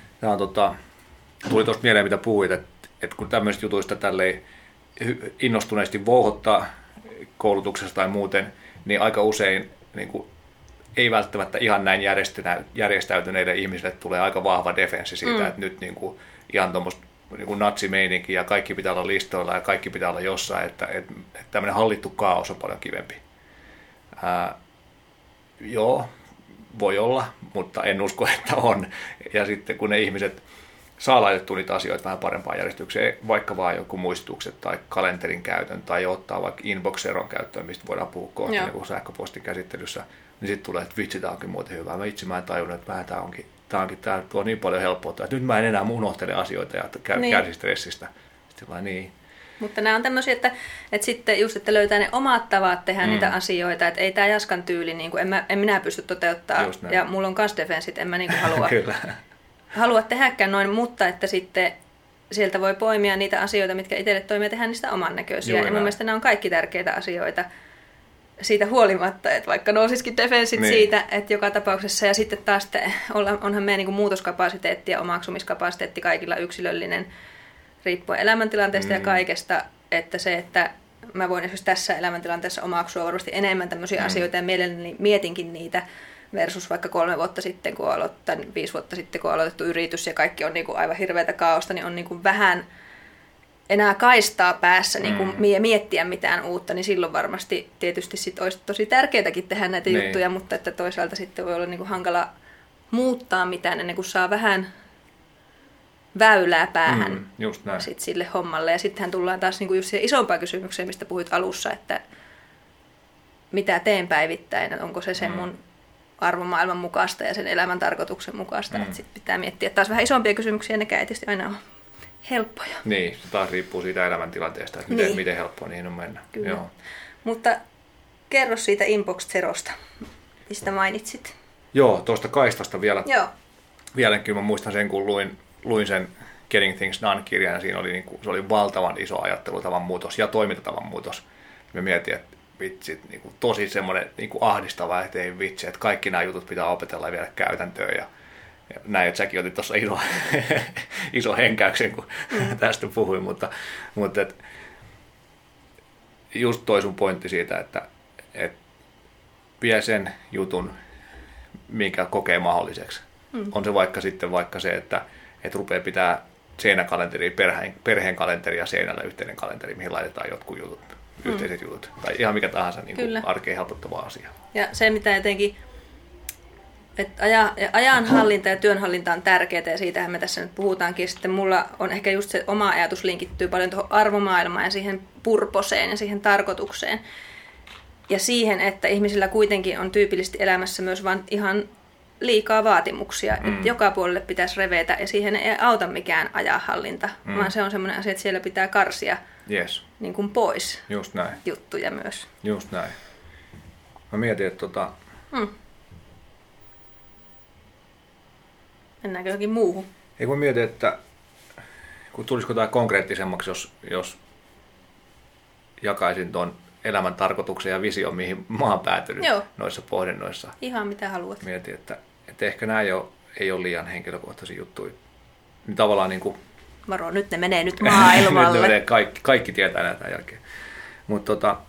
tuli tuosta mieleen, mitä puhuit, että kun tämmöisistä jutuista tälleen innostuneesti vouhottaa koulutuksessa tai muuten, niin aika usein niin kuin, ei välttämättä ihan näin järjestäytyneille ihmisille tulee aika vahva defenssi siitä, että nyt niin kuin, ihan tuommoista niin natsimeininkiä ja kaikki pitää olla listoilla ja kaikki pitää olla jossain, että tämmöinen hallittu kaos on paljon kivempi. Joo, voi olla, mutta en usko, että on. Ja sitten kun ne ihmiset saa laitettua niitä asioita vähän parempaan järjestykseen, vaikka vaan joku muistutukset tai kalenterin käytön tai ottaa vaikka Inbox-eron käyttöön, mistä voidaan puhua kohta niin sähköpostin käsittelyssä, niin sitten tulee, että vitsi, tämä onkin muuten hyvä. Mä en tajunnut, että vähän tämä tuo niin paljon helppoutta, että nyt mä en enää unohtele asioita ja kärsi stressistä. Sitten niin. Mutta nämä on tämmöisiä, että sitten just, että löytää ne omat tavat tehdä niitä asioita, että ei tämä Jaskan tyyli, niin kuin en minä pysty toteuttamaan, ja mulla on kans defenssit, en mä niin kuin halua tehdäkään noin, mutta että sitten sieltä voi poimia niitä asioita, mitkä itselle toimii ja tehdä niistä oman näköisiä. Ja mun mielestä nämä on kaikki tärkeitä asioita siitä huolimatta, että vaikka nousisikin defenssit siitä, että joka tapauksessa, ja sitten taas onhan meidän niin kuin muutoskapasiteetti ja omaksumiskapasiteetti kaikilla yksilöllinen, riippuen elämäntilanteesta ja kaikesta, että se, että mä voin esimerkiksi tässä elämäntilanteessa omaksua varmasti enemmän tämmöisiä asioita ja mielelläni mietinkin niitä versus vaikka 3 vuotta sitten, kun tai 5 vuotta sitten, kun on aloitettu yritys ja kaikki on niin kuin aivan hirveätä kaaosta, niin on niin kuin vähän enää kaistaa päässä niin kuin miettiä mitään uutta, niin silloin varmasti tietysti sit olisi tosi tärkeääkin tehdä näitä juttuja, mutta että toisaalta sitten voi olla niin kuin hankala muuttaa mitään ennen kuin saa vähän väylää päähän sit sille hommalle. Ja sittenhän tullaan taas niinku just siihen isompaan kysymykseen, mistä puhuit alussa, että mitä teen päivittäin, onko se sen mun arvomaailman mukaista ja sen elämän tarkoituksen mukaista. Että sit pitää miettiä taas vähän isompia kysymyksiä, nekään ei tietysti aina ole helppoja. Niin, se taas riippuu siitä elämäntilanteesta, että miten helppoa niihin on mennä. Kyllä. Joo. Mutta kerro siitä Inbox Zerosta, mistä mainitsit. Joo, tuosta kaistasta vielä. Joo. Vieläkin mä muistan sen, kun luin sen Getting Things Done-kirjan, ja siinä oli, se oli valtavan iso ajattelutavan muutos ja toimintatavan muutos. Mä mietin, että vitsi, tosi semmoinen ahdistava, että ei vitsi, että kaikki nämä jutut pitää opetella ja viedä käytäntöön. Ja näin, että säkin otit tuossa iso henkäyksen, kun tästä puhuin, mutta et, just toi sun pointti siitä, että vie sen jutun, minkä kokee mahdolliseksi. On se vaikka se, että rupeaa pitää seinäkalenteria, perheen kalenteri ja seinällä yhteinen kalenteri, mihin laitetaan jotkut jutut, yhteiset jutut. Tai ihan mikä tahansa niin arkeen helpottava asia. Ja se, mitä jotenkin, että ajanhallinta ja työnhallinta on tärkeää, ja siitähän me tässä nyt puhutaankin. Sitten mulla on ehkä just se oma ajatus linkittyy paljon tuohon arvomaailmaan ja siihen purposeen ja siihen tarkoitukseen. Ja siihen, että ihmisillä kuitenkin on tyypillisesti elämässä myös vaan ihan liikaa vaatimuksia, että joka puolelle pitäisi revetä, ja siihen ei auta mikään ajanhallinta, vaan se on semmoinen asia, että siellä pitää karsia niin kuin pois just näin. Juttuja myös. Just näin. Mä mietin, että Mennäänkö jokin muuhun? Ei kun mietin, että kun tulisiko tämä konkreettisemmaksi, jos jakaisin tuon elämän tarkoituksen ja vision, mihin mä oon päätynyt noissa pohdinnoissa. Ihan mitä haluat. Mietin, että ehkä nämä ei ole liian henkilökohtaisia juttuja. Niin tavallaan niin kuin varo, nyt ne menee nyt maailmalle. Nyt ne menee, kaikki tietää näitä jälkeen. Mutta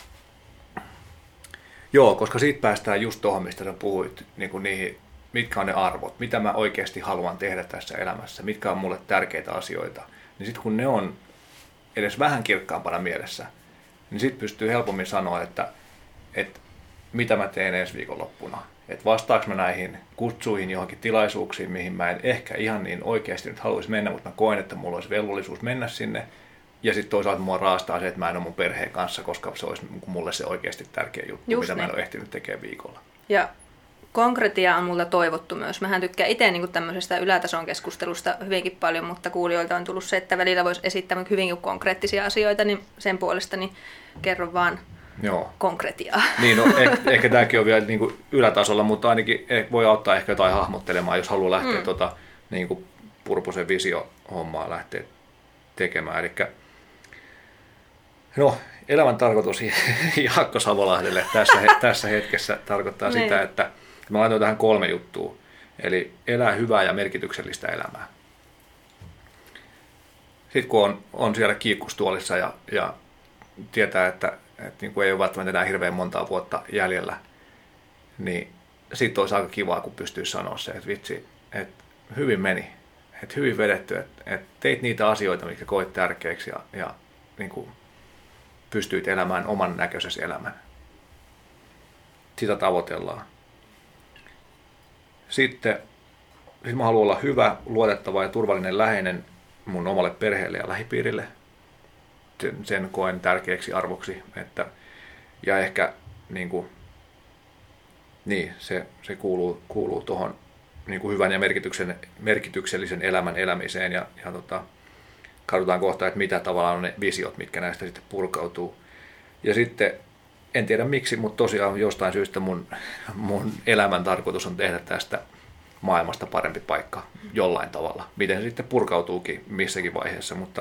joo, koska siitä päästään just tuohon, mistä sä puhuit, niin kuin niihin, mitkä on ne arvot, mitä mä oikeasti haluan tehdä tässä elämässä, mitkä on mulle tärkeitä asioita. Niin sitten kun ne on edes vähän kirkkaampana mielessä, niin sitten pystyy helpommin sanoa, että mitä mä teen ensi viikonloppuna. Että vastaanko mä näihin kutsuihin johonkin tilaisuuksiin, mihin mä en ehkä ihan niin oikeasti nyt haluaisi mennä, mutta mä koen, että mulla olisi velvollisuus mennä sinne. Ja sitten toisaalta mua raastaa se, että mä en ole mun perheen kanssa, koska se olisi mulle se oikeasti tärkeä juttu, just mitä niin. Mä en ole ehtinyt tekemään viikolla. Ja konkretia on multa toivottu myös. Mähän tykkään itse niin tämmöisestä ylätason keskustelusta hyvinkin paljon, mutta kuulijoilta on tullut se, että välillä voisi esittää hyvinkin konkreettisia asioita, niin sen puolesta niin kerro vaan konkretiaa. Niin, ehkä tämäkin on vielä niin kuin ylätasolla, mutta ainakin voi auttaa ehkä jotain hahmottelemaan, jos haluaa lähteä niin kuin Purposen visio-hommaa lähteä tekemään. Eli elämän tarkoitus Jaakko Savolahdelle tässä hetkessä tarkoittaa sitä, että mä laitoin tähän 3 juttua. Eli elää hyvää ja merkityksellistä elämää. Sitten kun on siellä kiikkustuolissa ja tietää, että niin kuin ei ole välttämättä enää hirveän montaa vuotta jäljellä, niin sitten olisi aika kivaa, kun pystyy sanoa se, että vitsi, että hyvin meni, että hyvin vedetty, että teit niitä asioita, mitkä koit tärkeiksi ja niin kuin pystyit elämään oman näköisesi elämän. Sitä tavoitellaan. Sitten mä haluan olla hyvä, luotettava ja turvallinen läheinen mun omalle perheelle ja lähipiirille. Sen koen tärkeäksi arvoksi. Ja ehkä se kuuluu tuohon niin kuin hyvän ja merkityksellisen elämän elämiseen. Ja katsotaan kohta, että mitä tavallaan on ne visiot, mitkä näistä sitten purkautuu. Ja sitten, en tiedä miksi, mutta tosiaan jostain syystä mun elämän tarkoitus on tehdä tästä maailmasta parempi paikka jollain tavalla. Miten se sitten purkautuukin missäkin vaiheessa, mutta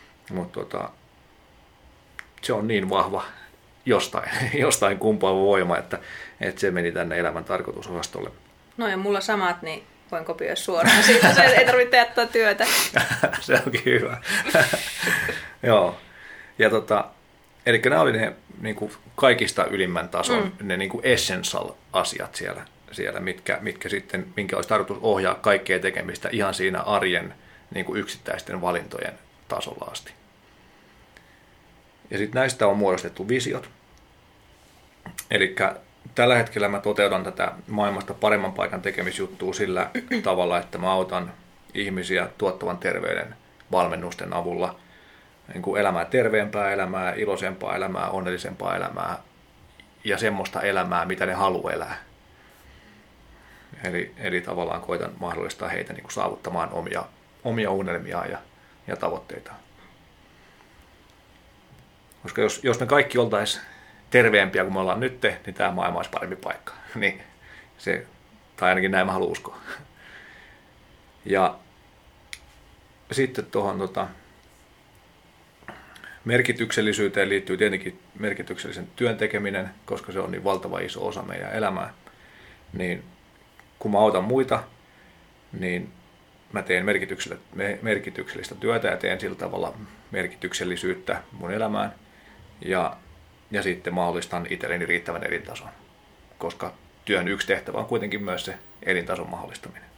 se on niin vahva jostain kumpuava voima, että se meni tänne elämän tarkoitusosastolle. No ja mulla samat, niin voin kopioida suoraan siitä, se ei tarvitse jättää työtä. Se onkin hyvä. Joo. Ja eli nämä oli ne niin kuin kaikista ylimmän tason, ne niin kuin essential-asiat siellä mitkä sitten, minkä olisi tarkoitus ohjaa kaikkea tekemistä ihan siinä arjen niin kuin yksittäisten valintojen tasolla asti. Ja sitten näistä on muodostettu visiot. Eli tällä hetkellä mä toteutan tätä maailmasta paremman paikan tekemisjuttua sillä tavalla, että mä autan ihmisiä tuottavan terveyden valmennusten avulla niin kuin elämään terveempää elämää, iloisempaa elämää, onnellisempaa elämää ja semmoista elämää, mitä ne haluaa elää. Eli tavallaan koitan mahdollistaa heitä niin kuin saavuttamaan omia unelmiaan ja tavoitteitaan. Koska jos me kaikki oltaisiin terveempiä kuin me ollaan nyt, niin tämä maailma olisi parempi paikka. Niin tai ainakin näin mä haluan uskoa. Ja sitten tuohon merkityksellisyyteen liittyy tietenkin merkityksellisen työn tekeminen, koska se on niin valtava iso osa meidän elämää. Niin kun mä autan muita, niin mä teen merkityksellistä työtä ja teen sillä tavalla merkityksellisyyttä mun elämään. Ja sitten mahdollistan itselleni riittävän elintason, koska työn yksi tehtävä on kuitenkin myös se elintason mahdollistaminen.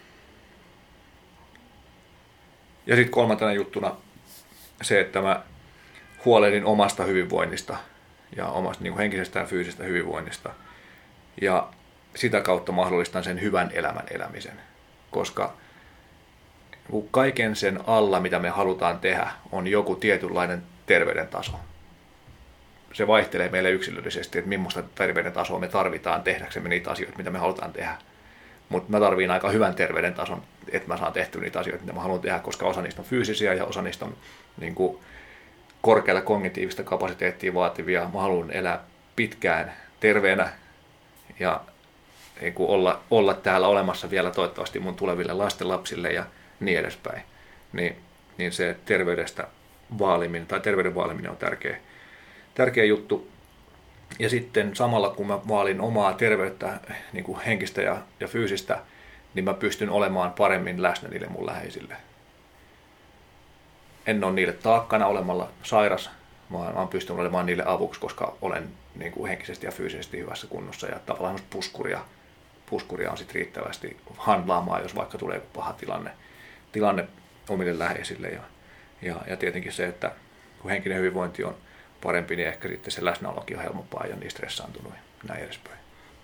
Ja sitten 3. juttuna se, että mä huolehdin omasta hyvinvoinnista ja omasta niin kuin henkisestä ja fyysisestä hyvinvoinnista. Ja sitä kautta mahdollistan sen hyvän elämän elämisen, koska kaiken sen alla, mitä me halutaan tehdä, on joku tietynlainen terveyden taso. Se vaihtelee meille yksilöllisesti, että millaista terveyden tasoa me tarvitaan tehdäksemme niitä asioita, mitä me halutaan tehdä. Mutta mä tarviin aika hyvän terveyden tason, että mä saan tehtyä niitä asioita, mitä mä haluan tehdä, koska osa niistä on fyysisiä ja osa niistä on niin kuin korkealla kognitiivista kapasiteettia vaativia. Mä haluan elää pitkään terveenä ja niin kuin olla täällä olemassa vielä toivottavasti mun tuleville lastenlapsille ja niin edespäin. Niin se terveyden vaaliminen on tärkeä juttu. Ja sitten samalla kun mä vaalin omaa terveyttä, niin kuin henkistä ja fyysistä, niin mä pystyn olemaan paremmin läsnä niille mun läheisille. En ole niille taakkana olemalla sairas, vaan pystyn olemaan niille avuksi, koska olen niin kuin henkisesti ja fyysisesti hyvässä kunnossa. Ja tavallaan puskuria on sitten riittävästi handlaamaan, jos vaikka tulee joku paha tilanne omille läheisille. Ja tietenkin se, että kun henkinen hyvinvointi on parempi, niin ehkä sitten se läsnäolokin on helpompaa ja niin stressaantunut näin edespäin.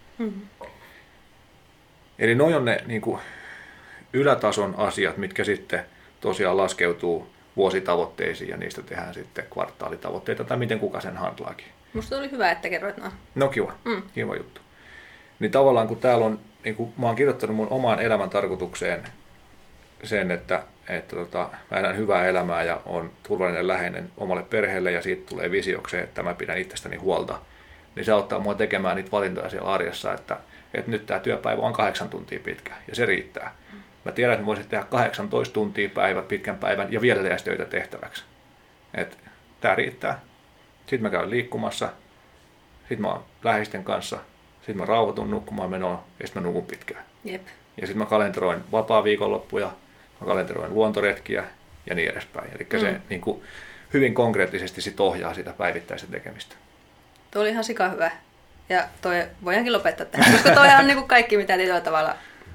Eli noi on ne niin kuin ylätason asiat, mitkä sitten tosiaan laskeutuu vuositavoitteisiin ja niistä tehdään sitten kvartaalitavoitteita tai miten kuka sen handlaakin. Musta oli hyvä, että kerroit noin. No kiva, kiva juttu. Niin tavallaan kun täällä on, niin kun mä oon kirjoittanut mun omaan elämän tarkoitukseen sen, että mä elän hyvää elämää ja on turvallinen läheinen omalle perheelle ja siitä tulee visiokseen, että mä pidän itsestäni huolta, niin se auttaa mua tekemään niitä valintoja siellä arjessa, että nyt tämä työpäivä on 8 tuntia pitkä ja se riittää. Mä tiedän, että mä voisin tehdä 18 tuntia pitkän päivän ja vielä tehdä töitä tehtäväksi. Että tää riittää. Sitten mä käyn liikkumassa, sitten mä oon läheisten kanssa, sitten mä rauhoitun nukkumaan menoa ja sitten mä nukun pitkään. Jep. Ja sitten mä kalenteroin vapaa-viikonloppuja, mä kalenteroin luontoretkiä ja niin edespäin. Eli se niin kuin, hyvin konkreettisesti sit ohjaa sitä päivittäistä tekemistä. Tuo oli ihan sika hyvä. Ja toi voidaankin lopettaa tähän, koska toi on niin kuin kaikki, mitä tietyllä tavalla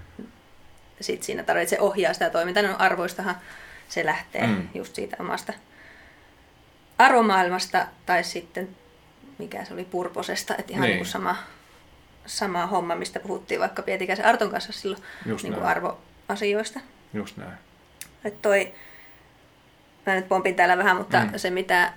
sit siinä tarvitsee ohjaa sitä toimintaa. No arvoistahan se lähtee just siitä omasta arvomaailmasta tai sitten, mikä se oli, purposesta. Että ihan niin kuin sama homma, mistä puhuttiin vaikka Pietikäisen Arton kanssa silloin niin kuin arvoasioista. Just näin. Että toi, mä nyt pompin täällä vähän, mutta se mitä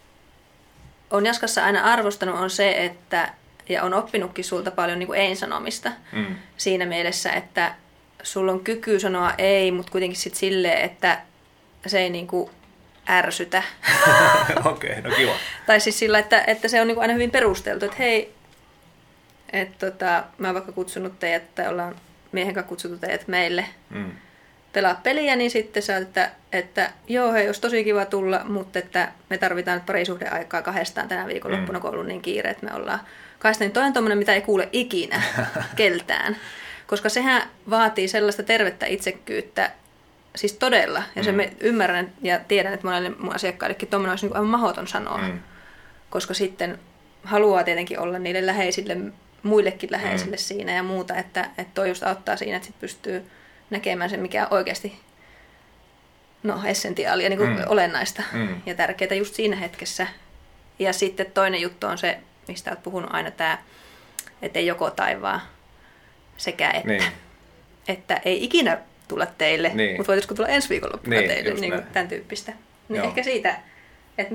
on Jaskassa aina arvostanut on se, että, ja on oppinutkin sulta paljon niin kuin ei-sanomista siinä mielessä, että sulla on kyky sanoa ei, mutta kuitenkin sit silleen, että se ei niin kuin ärsytä. Okei, no kiva. Tai siis sillä, että se on niin kuin aina hyvin perusteltu, että hei, mä oon vaikka kutsunut teidät, tai ollaan miehen kanssa kutsuttu teidät meille pelaa peliä, niin sitten sä oot, että joo, hei, olisi tosi kiva tulla, mutta että me tarvitaan nyt parisuhdeaikaa kahdestaan tänä viikonloppuna, kun on ollut niin kiire, että me ollaan kahdestaan. Niin toi on tommoinen, mitä ei kuule ikinä keltään, koska sehän vaatii sellaista tervettä itsekkyyttä, siis todella, ja se me ymmärrän ja tiedän, että monelle mun asiakkaillekin tommoinen olisi niin aivan mahdoton sanoa, koska sitten haluaa tietenkin olla niille läheisille, muillekin läheisille siinä ja muuta, että toi just auttaa siinä, että sit pystyy näkemään sen, mikä on oikeasti essentiaalia, niin kuin olennaista ja tärkeää just siinä hetkessä. Ja sitten toinen juttu on se, mistä olet puhunut aina, tämä, että ei joko tai vaan sekä että. Niin. Että ei ikinä tulla teille, mutta voitaisiko tulla ensi viikonloppuna teille, niin kuin tämän tyyppistä. Niin ehkä siitä, että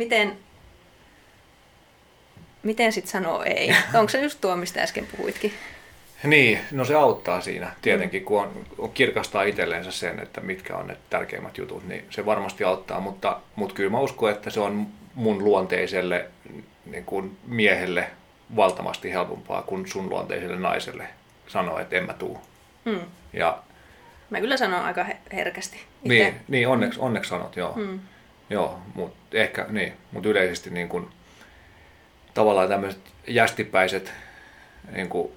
miten sitten sanoo ei. Onko se just tuo, mistä äsken puhuitkin? Niin, no se auttaa siinä tietenkin, kun on kirkastaa itselleensä sen, että mitkä on ne tärkeimmät jutut, niin se varmasti auttaa, mutta kyllä mä uskon, että se on mun luonteiselle niin kuin miehelle valtavasti helpompaa kuin sun luonteiselle naiselle sanoa, että en mä tuu. Ja mä kyllä sanon aika herkästi. Niin onneksi sanot, joo. Joo, mutta yleisesti niin kuin, tavallaan tämmöiset jästipäiset niin kuin,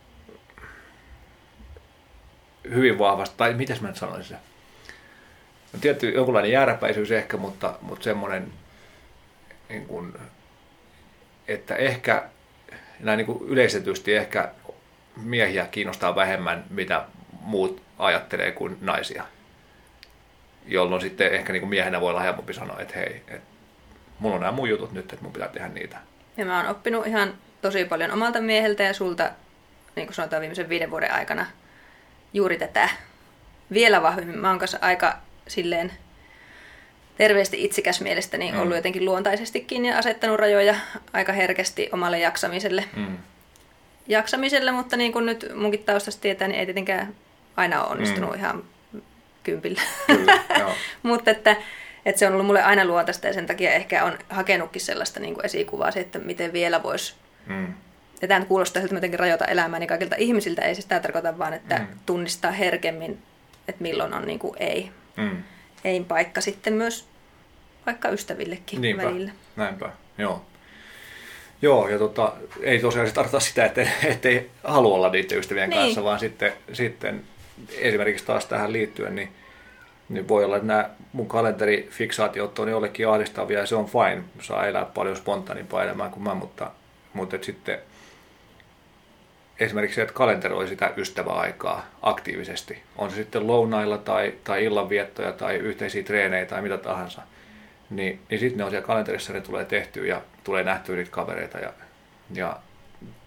hyvin vahvasti, tai mitäs mä nyt sanoisin se? On tietty jonkunlainen jääräpäisyys ehkä, mutta semmoinen, niin kuin, että ehkä näin niin kuin yleistetysti ehkä miehiä kiinnostaa vähemmän, mitä muut ajattelee kuin naisia. Jolloin sitten ehkä niin kuin miehenä voi olla helpompi sanoa, että hei, mulla on nämä mun jutut nyt, että mun pitää tehdä niitä. Ja mä oon oppinut ihan tosi paljon omalta mieheltä ja sulta, niin kuin sanotaan viimeisen 5 vuoden aikana, juuri tätä vielä vahvemmin. Mä oon kanssa aika silleen terveesti itsekäs mielestäni ollut jotenkin luontaisestikin ja asettanut rajoja aika herkästi omalle jaksamiselle, mutta niin kuin nyt munkin taustasta tietää, niin ei tietenkään aina ole onnistunut ihan kympillä. Mutta että se on ollut mulle aina luontaista ja sen takia ehkä on hakenutkin sellaista niin kuin esikuvaa, että miten vielä voisi. Ja tämä kuulostaa siltä, että jotenkin rajoita elämää, niin kaikilta ihmisiltä ei sitä tarkoita vaan, että tunnistaa herkemmin, että milloin on niin kuin ei paikka sitten myös vaikka ystävillekin välillä. Näinpä, joo. Joo, ja ei tosiaan se tarkoita sitä, että ei halua olla niiden ystävien kanssa, vaan sitten esimerkiksi taas tähän liittyen, niin voi olla, että nämä mun kalenterifiksaatiot on jollekin ahdistavia ja se on fine. Saa elää paljon spontaanimpaa elämää kuin mä, mutta sitten esimerkiksi se, että kalenteroi sitä ystäväaikaa aktiivisesti. On se sitten lounailla tai illanviettoja tai yhteisiä treenejä tai mitä tahansa. Niin sitten ne on siellä kalenterissa, ne tulee tehtyä ja tulee nähtyä niitä kavereita ja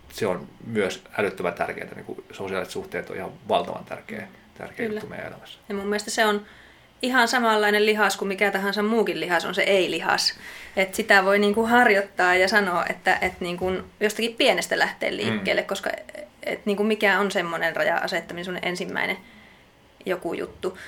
se on myös älyttömän tärkeää. Niin kuin sosiaaliset suhteet on ihan valtavan tärkeä juttu meidän elämässä. Ja mun mielestä se on ihan samanlainen lihas kuin mikä tahansa muukin lihas on se ei-lihas. Et sitä voi niinku harjoittaa ja sanoa, että niinku jostakin pienestä lähtee liikkeelle, koska niinku mikä on semmoinen raja-asettaminen, semmoinen ensimmäinen joku juttu.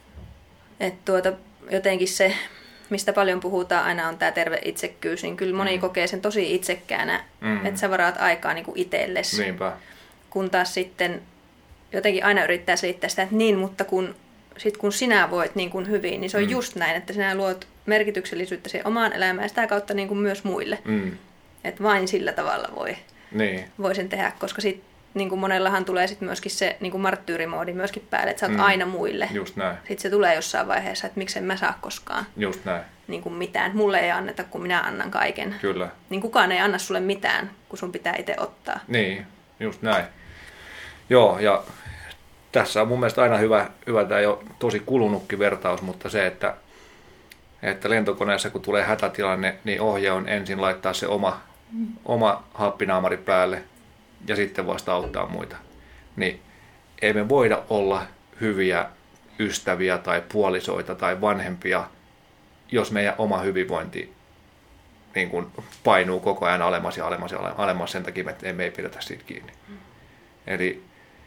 Jotenkin se, mistä paljon puhutaan aina on tämä terve itsekkyys, niin kyllä moni kokee sen tosi itsekkäänä, että sä varaat aikaa niinku itsellesi. Niinpä. Kun taas sitten jotenkin aina yrittää selittää sitä, että niin, mutta kun sinä voit niin kuin hyvin, niin se on just näin, että sinä luot merkityksellisyyttä siihen omaan elämään ja sitä kautta niin kuin myös muille. Että vain sillä tavalla voi sen tehdä, koska sit, niin kuin monellahan tulee sit myöskin se niin kuin marttyyrimoodi myöskin päälle, että sä oot aina muille. Just näin. Sitten se tulee jossain vaiheessa, että miksen mä saa koskaan just näin. Niin kuin mitään. Mulle ei anneta, kun minä annan kaiken. Kyllä. Niin kukaan ei anna sulle mitään, kun sun pitää itse ottaa. Niin, just näin. Joo, ja tässä on mun mielestä aina hyvä tämä jo tosi kulunutkin vertaus, mutta se, että lentokoneessa kun tulee hätätilanne, niin ohje on ensin laittaa se oma happinaamari päälle ja sitten vasta auttaa muita. Niin ei me voida olla hyviä ystäviä tai puolisoita tai vanhempia, jos meidän oma hyvinvointi niin kun painuu koko ajan alemmas ja alemmas sen takia, että me ei pidetä siitä kiinni. Eli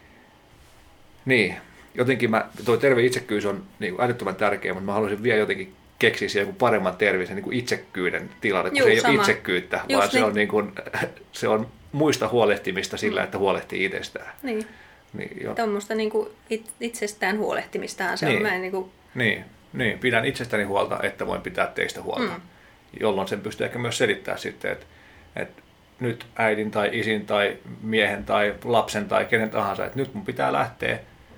niin, jotenkin tuo terve itsekkyys on niin kuin älyttömän tärkeä, mutta mä haluaisin vielä jotenkin keksiä siihen joku paremman terveisen niin kuin itsekkyyden tilalle, kun se ei ole itsekkyyttä, vaan se on, niin kuin, se on muista huolehtimista sillä, että huolehtii itsestään. Niin. Tuommoista niin kuin itsestään huolehtimistahan se on. Mä niin kuin... niin, pidän itsestäni huolta, että voin pitää teistä huolta, jolloin sen pystyy ehkä myös selittämään sitten, että nyt äidin tai isin tai miehen tai lapsen tai kenen tahansa, että nyt mun pitää lähteä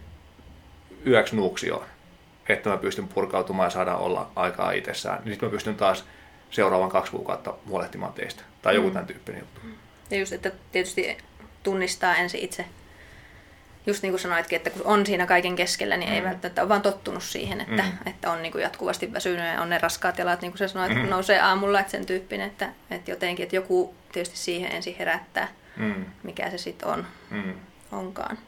yöksi nuuksioon, että mä pystyn purkautumaan ja saadaan olla aikaa itsessään. Niin sitten mä pystyn taas seuraavan 2 kuukautta huolehtimaan teistä. Tai joku tämän tyyppinen juttu. Ja just, että tietysti tunnistaa ensin itse, just niin kuin sanoitkin, että kun on siinä kaiken keskellä, niin ei välttämättä ole vaan tottunut siihen, että on niin kuin jatkuvasti väsynyt ja on ne raskaat jalat, niin kuin sä sanoit, kun nousee aamulla, että sen tyyppinen, että jotenkin, että joku tietysti siihen ensin herättää, mikä se sitten onkaan.